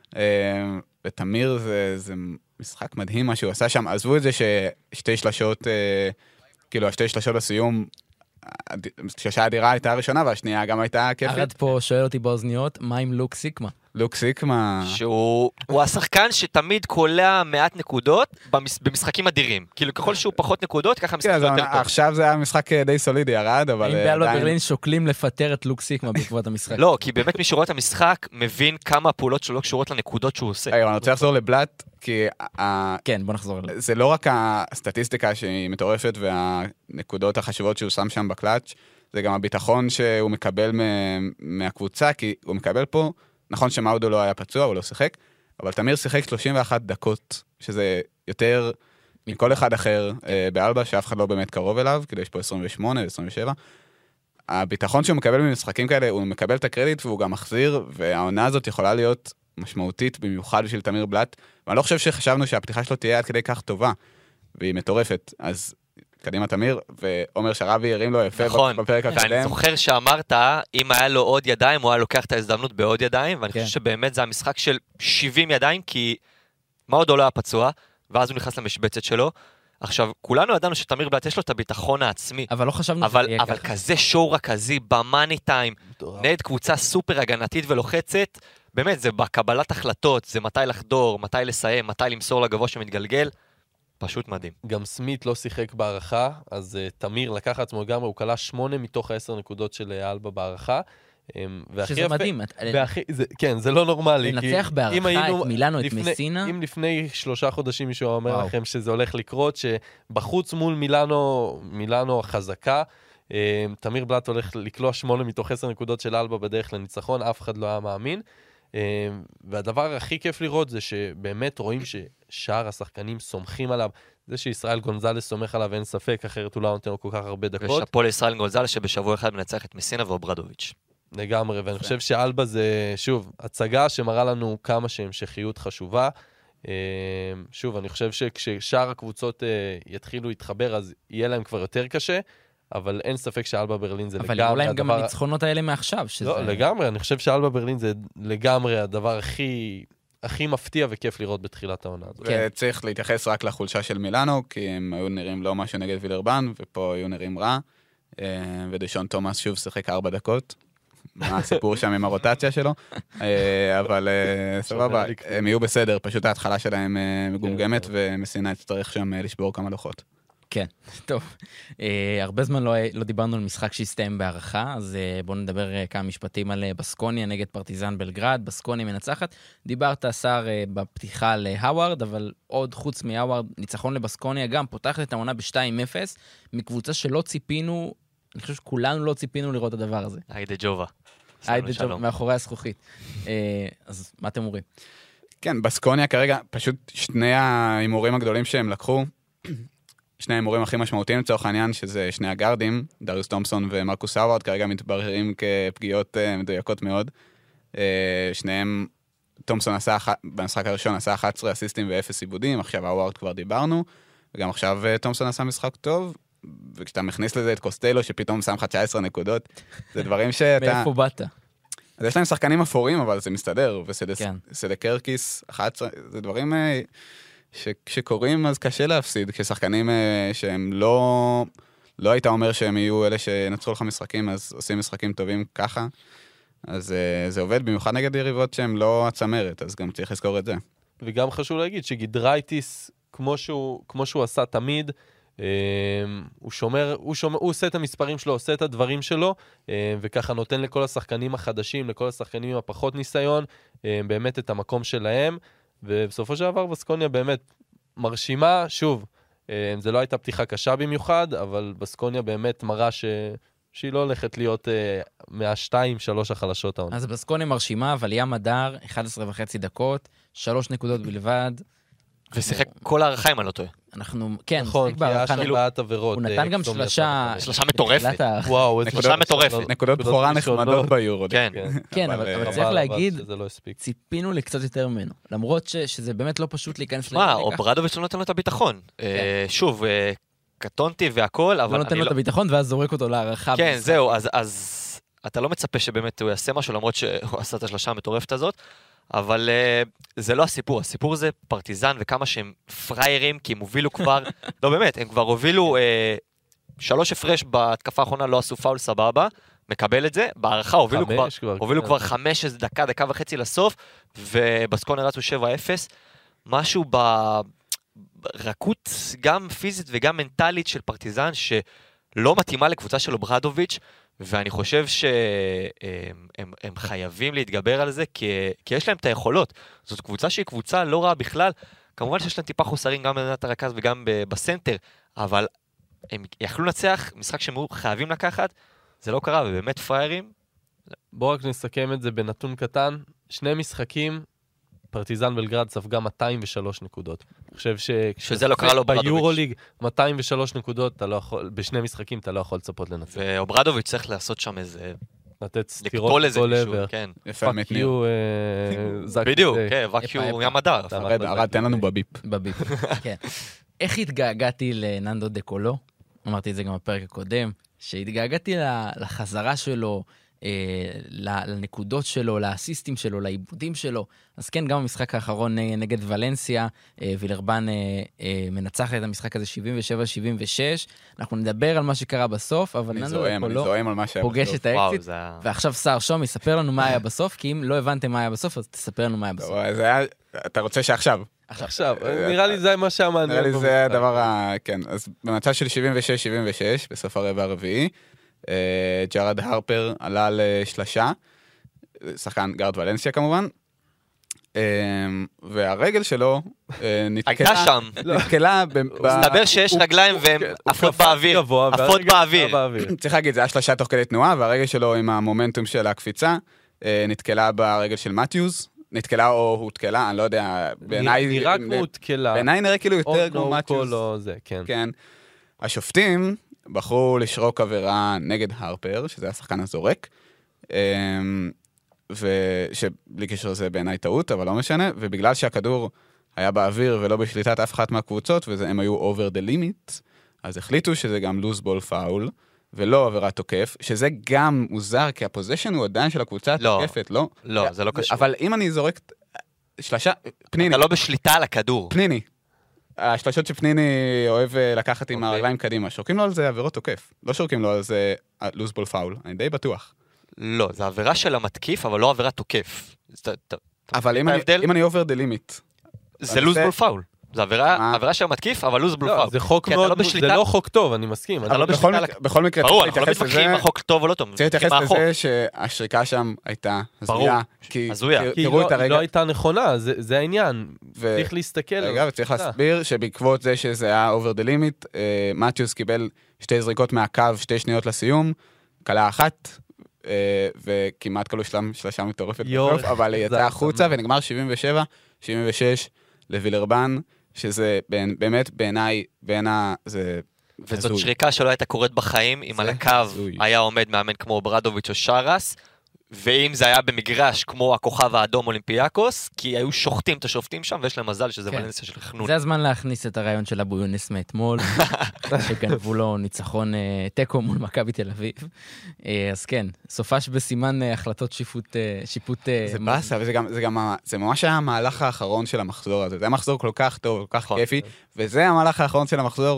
ותמיר זה משחק מדהים מה שהוא עשה שם. עזבו את זה ששתי שלשות, כאילו השתי שלשות לסיום, שלושה אדירה הייתה הראשונה והשנייה גם הייתה כיפית. ארד פה שואל אותי באוזניות, מה עם לוק סיקמה? לוק סיקמה... שהוא השחקן שתמיד קולע מעט נקודות במשחקים אדירים. כאילו ככל שהוא פחות נקודות, ככה המשחק יותר טוב. עכשיו זה היה משחק די סולידי, ירד, אבל... אם באלבה ברלין שוקלים לפטר את לוק סיקמה בעקבות המשחק. לא, כי באמת מי שרואה את המשחק מבין כמה הפעולות שלו לא קשורות לנקודות שהוא עושה. אני רוצה לחזור לבלט, כי... כן, בוא נחזור אליו. זה לא רק הסטטיסטיקה שהיא מטורפת והנקודות החשובות שהוא שם שם בקלאץ', זה גם הביטחון שהוא מקבל מהקבוצה, כי הוא מקבל פה, נכון שמאודו לא היה פצוע, הוא לא שיחק, אבל תמיר שיחק שלושים ואחת דקות, שזה יותר מכל אחד אחר באלבה, שאף אחד לא באמת קרוב אליו, כאילו יש פה עשרים ושמונה, עשרים ושבע. הביטחון שהוא מקבל במשחקים כאלה, הוא מקבל את הקרדיט והוא גם מחזיר, והעונה הזאת יכולה להיות משמעותית במיוחד בשביל תמיר בלט, ואני לא חושב שחשבנו שהפתיחה שלו תהיה עד כדי כך טובה, והיא מטורפת, אז קדימה תמיר, ועומר שרבי הרים לו יפה נכון, בפרק הקודם. ואני זוכר שאמרת, אם היה לו עוד ידיים, הוא היה לוקח את ההזדמנות בעוד ידיים, ואני חושב שבאמת זה המשחק של שבעים ידיים, כי מה עוד לא היה פצוע, ואז הוא נכנס למשבצת שלו. עכשיו, כולנו ידענו שתמיר בלט יש לו את הביטחון העצמי, אבל לא חשבנו אבל, אבל כזה שואו רכזי, במאני טיים, נגד קבוצה סופר הגנתית ולוחצת, באמת, זה בקבלת החלטות, זה מתי לחדור, מתי לסיים, מתי למסור לגבוה שמתגלגל, פשוט מדהים. גם סמית לא שיחק בערכה, אז uh, תמיר לקח עצמו גם, הוא קלה שמונה מתוך העשר נקודות של אלבה בערכה. Um, שזה יפה, מדהים. והכי, זה, כן, זה לא נורמלי. לנצח בערכה היינו, את מילאנו, את מסינה. אם לפני שלושה חודשים מישהו אומר וואו. לכם שזה הולך לקרות, שבחוץ מול מילאנו, מילאנו החזקה, um, תמיר בלט הולך לקלוע שמונה מתוך עשר נקודות של אלבה בדרך לניצחון, אף אחד לא היה מאמין. והדבר הכי כיף לראות זה שבאמת רואים ששאר השחקנים סומכים עליו, זה שישראל גונזלס סומך עליו אין ספק, אחרת הוא לא נותן לו כל כך הרבה דקות. ושפו לישראל גונזלס שבשבוע אחד מנצח את מסינה ואוברדוביץ'. לגמרי, ואני חושב שאלבה זה, שוב, הצגה שמראה לנו כמה שהמשכיות חשובה. שוב, אני חושב שכששאר הקבוצות יתחילו להתחבר, אז יהיה להם כבר יותר קשה, אבל אין ספק שאלבה ברלין זה אבל לגמרי... אבל אולי גם הניצחונות האלה מעכשיו, שזה... לא, לגמרי, אני חושב שאלבה ברלין זה לגמרי הדבר הכי, הכי מפתיע וכיף לראות בתחילת העונה הזאת. וצריך להתייחס רק לחולשה של מילאנו, כי הם היו נראים לא משהו נגד וילרבן, ופה היו נראים רע, ודשון תומאס שוב שיחק ארבע דקות. מה הסיפור שם עם הרוטציה שלו, אבל סבבה, הם יהיו בסדר, פשוט ההתחלה שלהם מגומגמת, ומסינה יצטרך שם לשבור כמה לוחות. כן, טוב. הרבה זמן לא דיברנו על משחק שהסתיים בערכה, אז בואו נדבר כמה משפטים על בסקוניה נגד פרטיזן בלגרד, בסקוניה מנצחת. דיברת, שר, בפתיחה להווארד, אבל עוד חוץ מהווארד, ניצחון לבסקוניה, גם פותחת את העונה ב-שתיים אפס, מקבוצה שלא ציפינו, אני חושב שכולנו לא ציפינו לראות את הדבר הזה. היידה ג'ובה. היידה ג'ובה, מאחורי הזכוכית. אז מה אתם אומרים? כן, בסקוניה כרגע, פשוט שני ההימורים הגדולים שהם לקחו, שני ההימורים הכי משמעותיים לצורך העניין, שזה שני הגארדים, דריוס תומפסון ומרקוס האווארד, כרגע מתבררים כפגיעות מדויקות מאוד. שניהם, תומפסון עשה, במשחק הראשון עשה אחת עשרה אסיסטים ואפס עיבודים, עכשיו האווארד כבר דיברנו, וגם עכשיו תומפסון עשה משחק טוב, וכשאתה מכניס לזה את קוסטלו, שפתאום שם לך תשע עשרה נקודות, זה דברים שאתה... מאיפה באת? אז יש להם שחקנים אפורים, אבל זה מסתדר, וסדקרקיס, אחת עשרה, זה דברים... שכשקוראים אז קשה להפסיד, כששחקנים שהם לא, לא היית אומר שהם יהיו אלה שנצחו לך משחקים, אז עושים משחקים טובים ככה. אז uh, זה עובד במיוחד נגד יריבות שהם לא הצמרת, אז גם צריך לזכור את זה. וגם חשוב להגיד שגידרייטיס, כמו שהוא, כמו שהוא עשה תמיד, אה, הוא שומר, הוא שומר, הוא עושה את המספרים שלו, עושה את הדברים שלו, אה, וככה נותן לכל השחקנים החדשים, לכל השחקנים עם הפחות ניסיון, אה, באמת את המקום שלהם, ובסופו של דבר בסקוניה באמת מרשימה, שוב, אה, זה לא הייתה פתיחה קשה במיוחד, אבל בסקוניה באמת מראה ש... שהיא לא הולכת להיות אה, מהשתיים, שלוש החלשות העונה. אז בסקוניה מרשימה, אבל ים הדר, אחת עשרה וחצי דקות, שלוש נקודות בלבד. ושיחק כל הערכה, אם אני לא טועה. אנחנו, כן, נכון, כי היה שם בעיית עבירות. הוא נתן גם שלושה... שלושה מטורפת. וואו, איזה שלושה מטורפת. נקודות בכורה נחמדות ביורו. כן. כן, אבל צריך להגיד, שזה לא הספיק. ציפינו לי קצת יותר ממנו. למרות שזה באמת לא פשוט להיכנס... מה, אוברדוביץ' לא נותן לו את הביטחון. שוב, קטונתי והכל, אבל... לא נותן לו את הביטחון ואז זורק אותו להערכה. כן, זהו, אז אתה לא מצפה שבאמת הוא יעשה משהו, למרות שהוא עשה את השלושה המטורפת הזאת, אבל זה לא הסיפור, הסיפור זה פרטיזן וכמה שהם פריירים, כי הם הובילו כבר, לא באמת, הם כבר הובילו שלוש הפרש בהתקפה האחרונה, לא עשו פאול סבבה, מקבל את זה, בהערכה הובילו כבר, הובילו כבר חמש דקה, דקה וחצי לסוף, ובסקוניה רצו שבע אפס, משהו ב... רכות גם פיזית וגם מנטלית של פרטיזן שלא מתאימה לקבוצה של אוברדוביץ', ואני חושב שהם הם, הם חייבים להתגבר על זה, כי, כי יש להם את היכולות. זאת קבוצה שהיא קבוצה לא רעה בכלל, כמובן שיש להם טיפה חוסרים גם בעמדת הרכז וגם בסנטר, אבל הם יכלו לנצח משחק שהם חייבים לקחת, זה לא קרה, ובאמת פריירים. בואו רק נסכם את זה בנתון קטן, שני משחקים, פרטיזן בלגרד ספגה מאתיים ושלוש נקודות. אני חושב ש... שזה לא קרה לאוברדוביץ'. ביורוליג, מאתיים ושלוש נקודות, אתה לא יכול, בשני משחקים אתה לא יכול לצפות לנצח. ואוברדוביץ' צריך לעשות שם איזה... לתת סתירות לכל עבר. כן. יפה, פאק יו, זק... בדיוק, כן, פאק יו ים הדר. ארד, ארד, תן לנו בביפ. בביפ, כן. איך התגעגעתי לננדו דקולו? אמרתי את זה גם בפרק הקודם, שהתגעגעתי לחזרה שלו, לנקודות שלו, לאסיסטים שלו, לעיבודים שלו. אז כן, גם המשחק האחרון נגד ולנסיה, וילרבן מנצח את המשחק הזה שבעים ושבע שבעים ושש. אנחנו נדבר על מה שקרה בסוף, אבל ננדו דקולו פוגש את האקזיט. ועכשיו שר שום יספר לנו מה היה בסוף, כי אם לא הבנתם מה היה בסוף, אז תספר לנו מה היה בסוף. אתה רוצה שעכשיו? עכשיו, נראה לי זה מה שהמעניין. נראה לי זה הדבר ה... כן, אז במצב של שבעים ושש שבעים ושש, בסוף הרבע הרביעי, ג'רד הרפר עלה לשלשה, שחקן גארד ולנסיה כמובן, והרגל שלו הייתה שם. נתקלה... מסתבר שיש רגליים והם עפות באוויר. עפות באוויר. צריך להגיד, זה היה שלשה תוך כדי תנועה, והרגל שלו עם המומנטום של הקפיצה, נתקלה ברגל של מתיוז, נתקלה או הותקלה, אני לא יודע, בעיניי... נראה כמו הותקלה. בעיניי נראה כאילו יותר כמו מתיוז. כן. השופטים בחרו לשרוק עבירה נגד הרפר, שזה השחקן הזורק, ושבלי קשר זה בעיניי טעות, אבל לא משנה, ובגלל שהכדור היה באוויר ולא בשליטת אף אחת מהקבוצות, והם היו over the limit, אז החליטו שזה גם loose ball foul, ולא עבירת תוקף, שזה גם מוזר, כי הפוזיישן הוא עדיין של הקבוצה התוקפת, לא? לא, זה לא קשור. אבל אם אני זורק שלשה, פניני. אתה לא בשליטה על הכדור. פניני. השלשות שפניני אוהב לקחת עם הרגליים קדימה, שורקים לו על זה עבירות תוקף. לא שורקים לו על זה לוז בול פאול, אני די בטוח. לא, זה עבירה של המתקיף, אבל לא עבירה תוקף. אבל אם אני over the limit. זה לוז בול פאול. זה עבירה של המתקיף, אבל לוז בול פאול. זה חוק מאוד, זה לא חוק טוב, אני מסכים. בכל מקרה, ברור, אנחנו לא מתווכחים אם החוק טוב או לא טוב. צריך להתייחס לזה שהשריקה שם הייתה הזויה. כי היא לא הייתה נכונה, זה העניין. צריך להסתכל. רגע, וצריך להסביר שבעקבות זה שזה היה over the limit, מתיוס קיבל שתי זריקות מהקו, שתי שניות לסיום, קלה אחת, וכמעט קלו שלושה מטורפת בסוף, אבל היא יצאה החוצה ונגמר שבעים ושבע שבעים ושש לווילרבן, שזה באמת בעיניי, בעינה זה... וזאת שריקה שלא הייתה קורית בחיים, אם על הקו היה עומד מאמן כמו אוברדוביץ' או שרס, ואם זה היה במגרש כמו הכוכב האדום אולימפיאקוס, כי היו שוחטים את השופטים שם, ויש להם מזל שזה ולנסיה של חנון. זה הזמן להכניס את הרעיון של אבו יונס מאתמול, שגנבו לו ניצחון טקו מול מכבי תל אביב. אז כן, סופש בסימן החלטות שיפוט... זה באסה, וזה גם, זה ממש היה המהלך האחרון של המחזור הזה. זה היה מחזור כל כך טוב, כל כך כיפי, וזה המהלך האחרון של המחזור.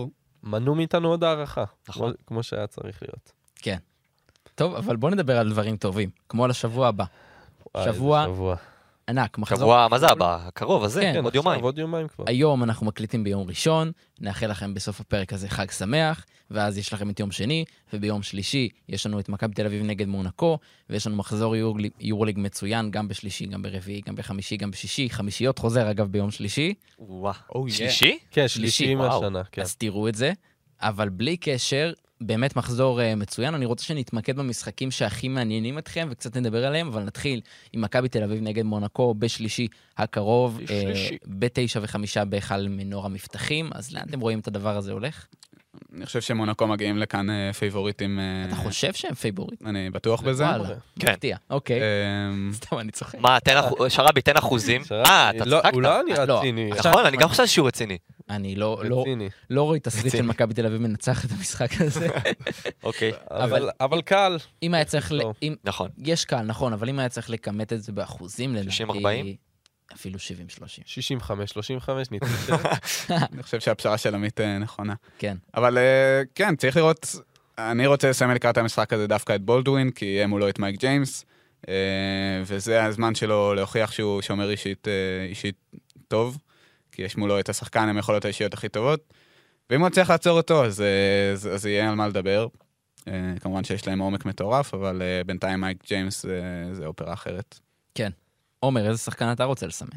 מנעו מאיתנו עוד הערכה. נכון. כמו, כמו שהיה צריך להיות. כן. טוב, אבל בוא נדבר על דברים טובים, כמו על השבוע הבא. וואי, שבוע איזה שבוע. ענק, מחזור. שבוע, מה זה הבא? הקרוב הזה, כן, כן, עוד עכשיו, יומיים. עוד יומיים כבר. היום אנחנו מקליטים ביום ראשון, נאחל לכם בסוף הפרק הזה חג שמח, ואז יש לכם את יום שני, וביום שלישי יש לנו את מכבי תל אביב נגד מונקו, ויש לנו מחזור יורוליג, יורוליג מצוין, גם בשלישי, גם ברביעי, גם בחמישי, גם בשישי, חמישיות חוזר אגב ביום שלישי, וואו. Oh, yeah. שלישי? כן, שלישי, שלישי וואו. מהשנה, כן. אז תראו את זה, אבל בלי קשר, באמת מחזור uh, מצוין. אני רוצה שנתמקד במשחקים שהכי מעניינים אתכם, וקצת נדבר עליהם, אבל נתחיל עם מכבי תל אביב נגד מונקו בשלישי הקרוב, בשלישי. uh, בתשע וחמישה בהיכל מנור המבטחים. אז לאן אתם רואים את הדבר הזה הולך? אני חושב שמונקו מגיעים לכאן אה, פייבוריטים. אה, אתה חושב שהם פייבוריט? אני בטוח בזה. וואלה, כן. מפתיע. אוקיי. אה, סתם, אני צוחק. מה, תן אחוז, שרבי, תן אחוזים. שרבי, אה, אתה לא- צחקת. הוא לא נראה לא, ציני. עכשיו- נכון, אני גם חושב שהוא רציני. אני לא לא- רציני. לא רואה תסריט של רציני. מכבי תל אביב מנצח את המשחק הזה. אוקיי, אבל- אבל קל. אם היה צריך... ל- טוב. אם- נכון. יש קהל, נכון, אבל אם היה צריך לכמת את זה באחוזים, לדעתי... שישים ארבעים? אפילו שבעים שלושים. שישים וחמש, שלושים וחמש, ניתן. אני חושב שהפשרה של עמית אה, נכונה. כן. אבל אה, כן, צריך לראות, אני רוצה לסיים לקראת המשחק הזה דווקא את בולדווין, כי יהיה מולו את מייק ג'יימס, אה, וזה הזמן שלו להוכיח שהוא שומר אישית, אה, אישית טוב, כי יש מולו את השחקן עם היכולות האישיות הכי טובות, ואם הוא צריך לעצור אותו, אז, אה, אז, אז יהיה על מה לדבר. אה, כמובן שיש להם עומק מטורף, אבל אה, בינתיים מייק ג'יימס זה, זה אופרה אחרת. כן. עומר, איזה שחקן אתה רוצה לסמן?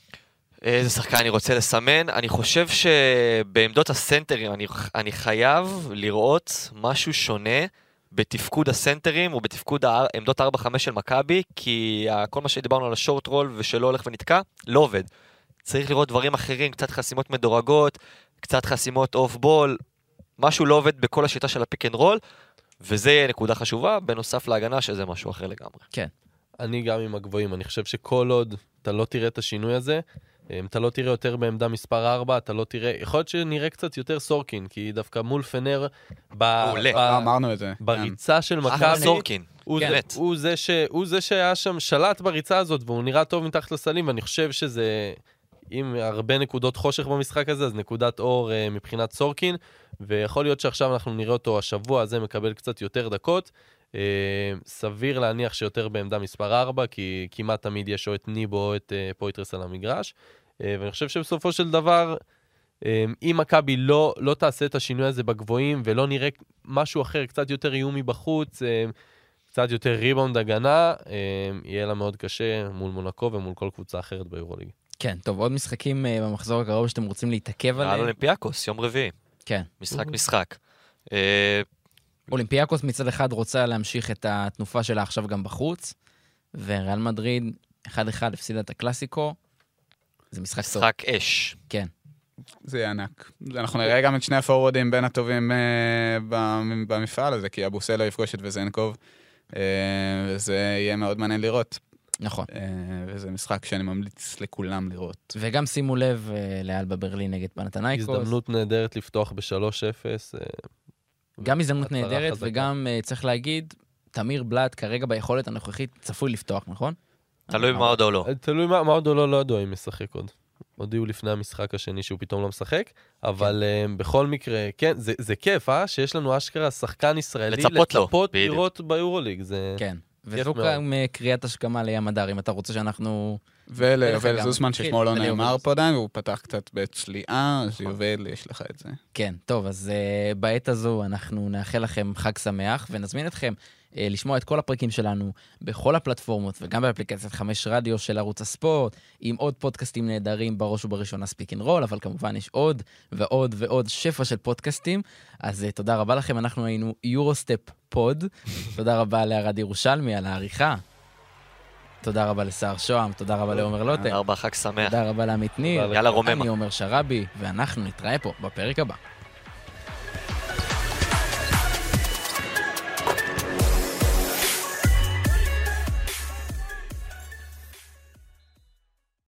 איזה שחקן אני רוצה לסמן? אני חושב שבעמדות הסנטרים אני, אני חייב לראות משהו שונה בתפקוד הסנטרים או בתפקוד העמדות ארבע חמש של מכבי, כי כל מה שדיברנו על השורט רול ושלא הולך ונתקע, לא עובד. צריך לראות דברים אחרים, קצת חסימות מדורגות, קצת חסימות אוף בול, משהו לא עובד בכל השיטה של הפיק אנד רול, וזה נקודה חשובה, בנוסף להגנה שזה משהו אחר לגמרי. כן. אני גם עם הגבוהים, אני חושב שכל עוד אתה לא תראה את השינוי הזה, אתה לא תראה יותר בעמדה מספר ארבע, אתה לא תראה, יכול להיות שנראה קצת יותר סורקין, כי דווקא מול פנר, ב- מעולה. ב- לא אמרנו את זה. בריצה של אחלה מכבי, סורקין. הוא, כן. זה, הוא, זה ש, הוא זה שהיה שם שלט בריצה הזאת, והוא נראה טוב מתחת לסלים, ואני חושב שזה, עם הרבה נקודות חושך במשחק הזה, אז נקודת אור uh, מבחינת סורקין, ויכול להיות שעכשיו אנחנו נראה אותו השבוע הזה מקבל קצת יותר דקות, uh, סביר להניח שיותר בעמדה מספר ארבע, כי כמעט תמיד יש או את ניבו או את uh, פויטרס על המגרש, uh, ואני חושב שבסופו של דבר, um, אם מכבי לא, לא תעשה את השינוי הזה בגבוהים, ולא נראה משהו אחר, קצת יותר איומי בחוץ, um, קצת יותר ריבאונד הגנה, um, יהיה לה מאוד קשה מול מונקו ומול כל קבוצה אחרת ביורוליג. כן, טוב, עוד משחקים uh, במחזור הקרוב שאתם רוצים להתעכב על עליהם? אולימפיאקוס, יום רביעי. כן. משחק משחק. אה, אולימפיאקוס מצד אחד רוצה להמשיך את התנופה שלה עכשיו גם בחוץ, וריאל מדריד, אחד אחד הפסידה את הקלאסיקו, זה משחק טוב. משחק אש. כן. זה יהיה ענק. אנחנו נראה גם את שני הפורורדים בין הטובים אה, במפעל הזה, כי אבוסלו יפגוש את וזנקוב, אה, וזה יהיה מאוד מעניין לראות. נכון. אה, וזה משחק שאני ממליץ לכולם לראות. וגם שימו לב אה, לאלבה ברלין נגד פנתנייקוס. הזדמנות נהדרת לפתוח ב-שלוש אפס. אה, גם הזדמנות הצהרה נהדרת, חזקה. וגם אה, צריך להגיד, תמיר בלאט כרגע ביכולת הנוכחית צפוי לפתוח, נכון? תלוי במה עוד או לא. תלוי מה, מה עוד או לא, לא ידעו אם משחק עוד. הודיעו לפני המשחק השני שהוא פתאום לא משחק, אבל כן. uh, בכל מקרה, כן, זה, זה כיף, אה? שיש לנו אשכרה שחקן ישראלי לצפות לו, לצפות בדיוק. לראות ביורוליג. זה... כן. כיף וזו מאוד. גם אה, קריאת השכמה לים הדר, אם אתה רוצה שאנחנו... וליובל גם. זוסמן כן, ששמו לא וליובל נאמר זוסמן. פה עדיין, והוא פתח קצת בצליעה, אז יובל, יש לך את זה. כן, טוב, אז uh, בעת הזו אנחנו נאחל לכם חג שמח, ונזמין אתכם uh, לשמוע את כל הפרקים שלנו בכל הפלטפורמות, וגם באפליקציית חמש רדיו של ערוץ הספורט, עם עוד פודקאסטים נהדרים, בראש ובראשונה ספיק אנד רול, אבל כמובן יש עוד ועוד ועוד שפע של פודקאסטים, אז uh, תודה רבה לכם, אנחנו היינו יורוסטפ פוד, תודה רבה לערד ירושלמי על העריכה, תודה רבה לסער שוהם, תודה רבה לעומר לוטר, ארבע חג שמח. תודה רבה לעמית ניר, תודה יאללה רוממה. אני עומר שרבי, ואנחנו נתראה פה בפרק הבא.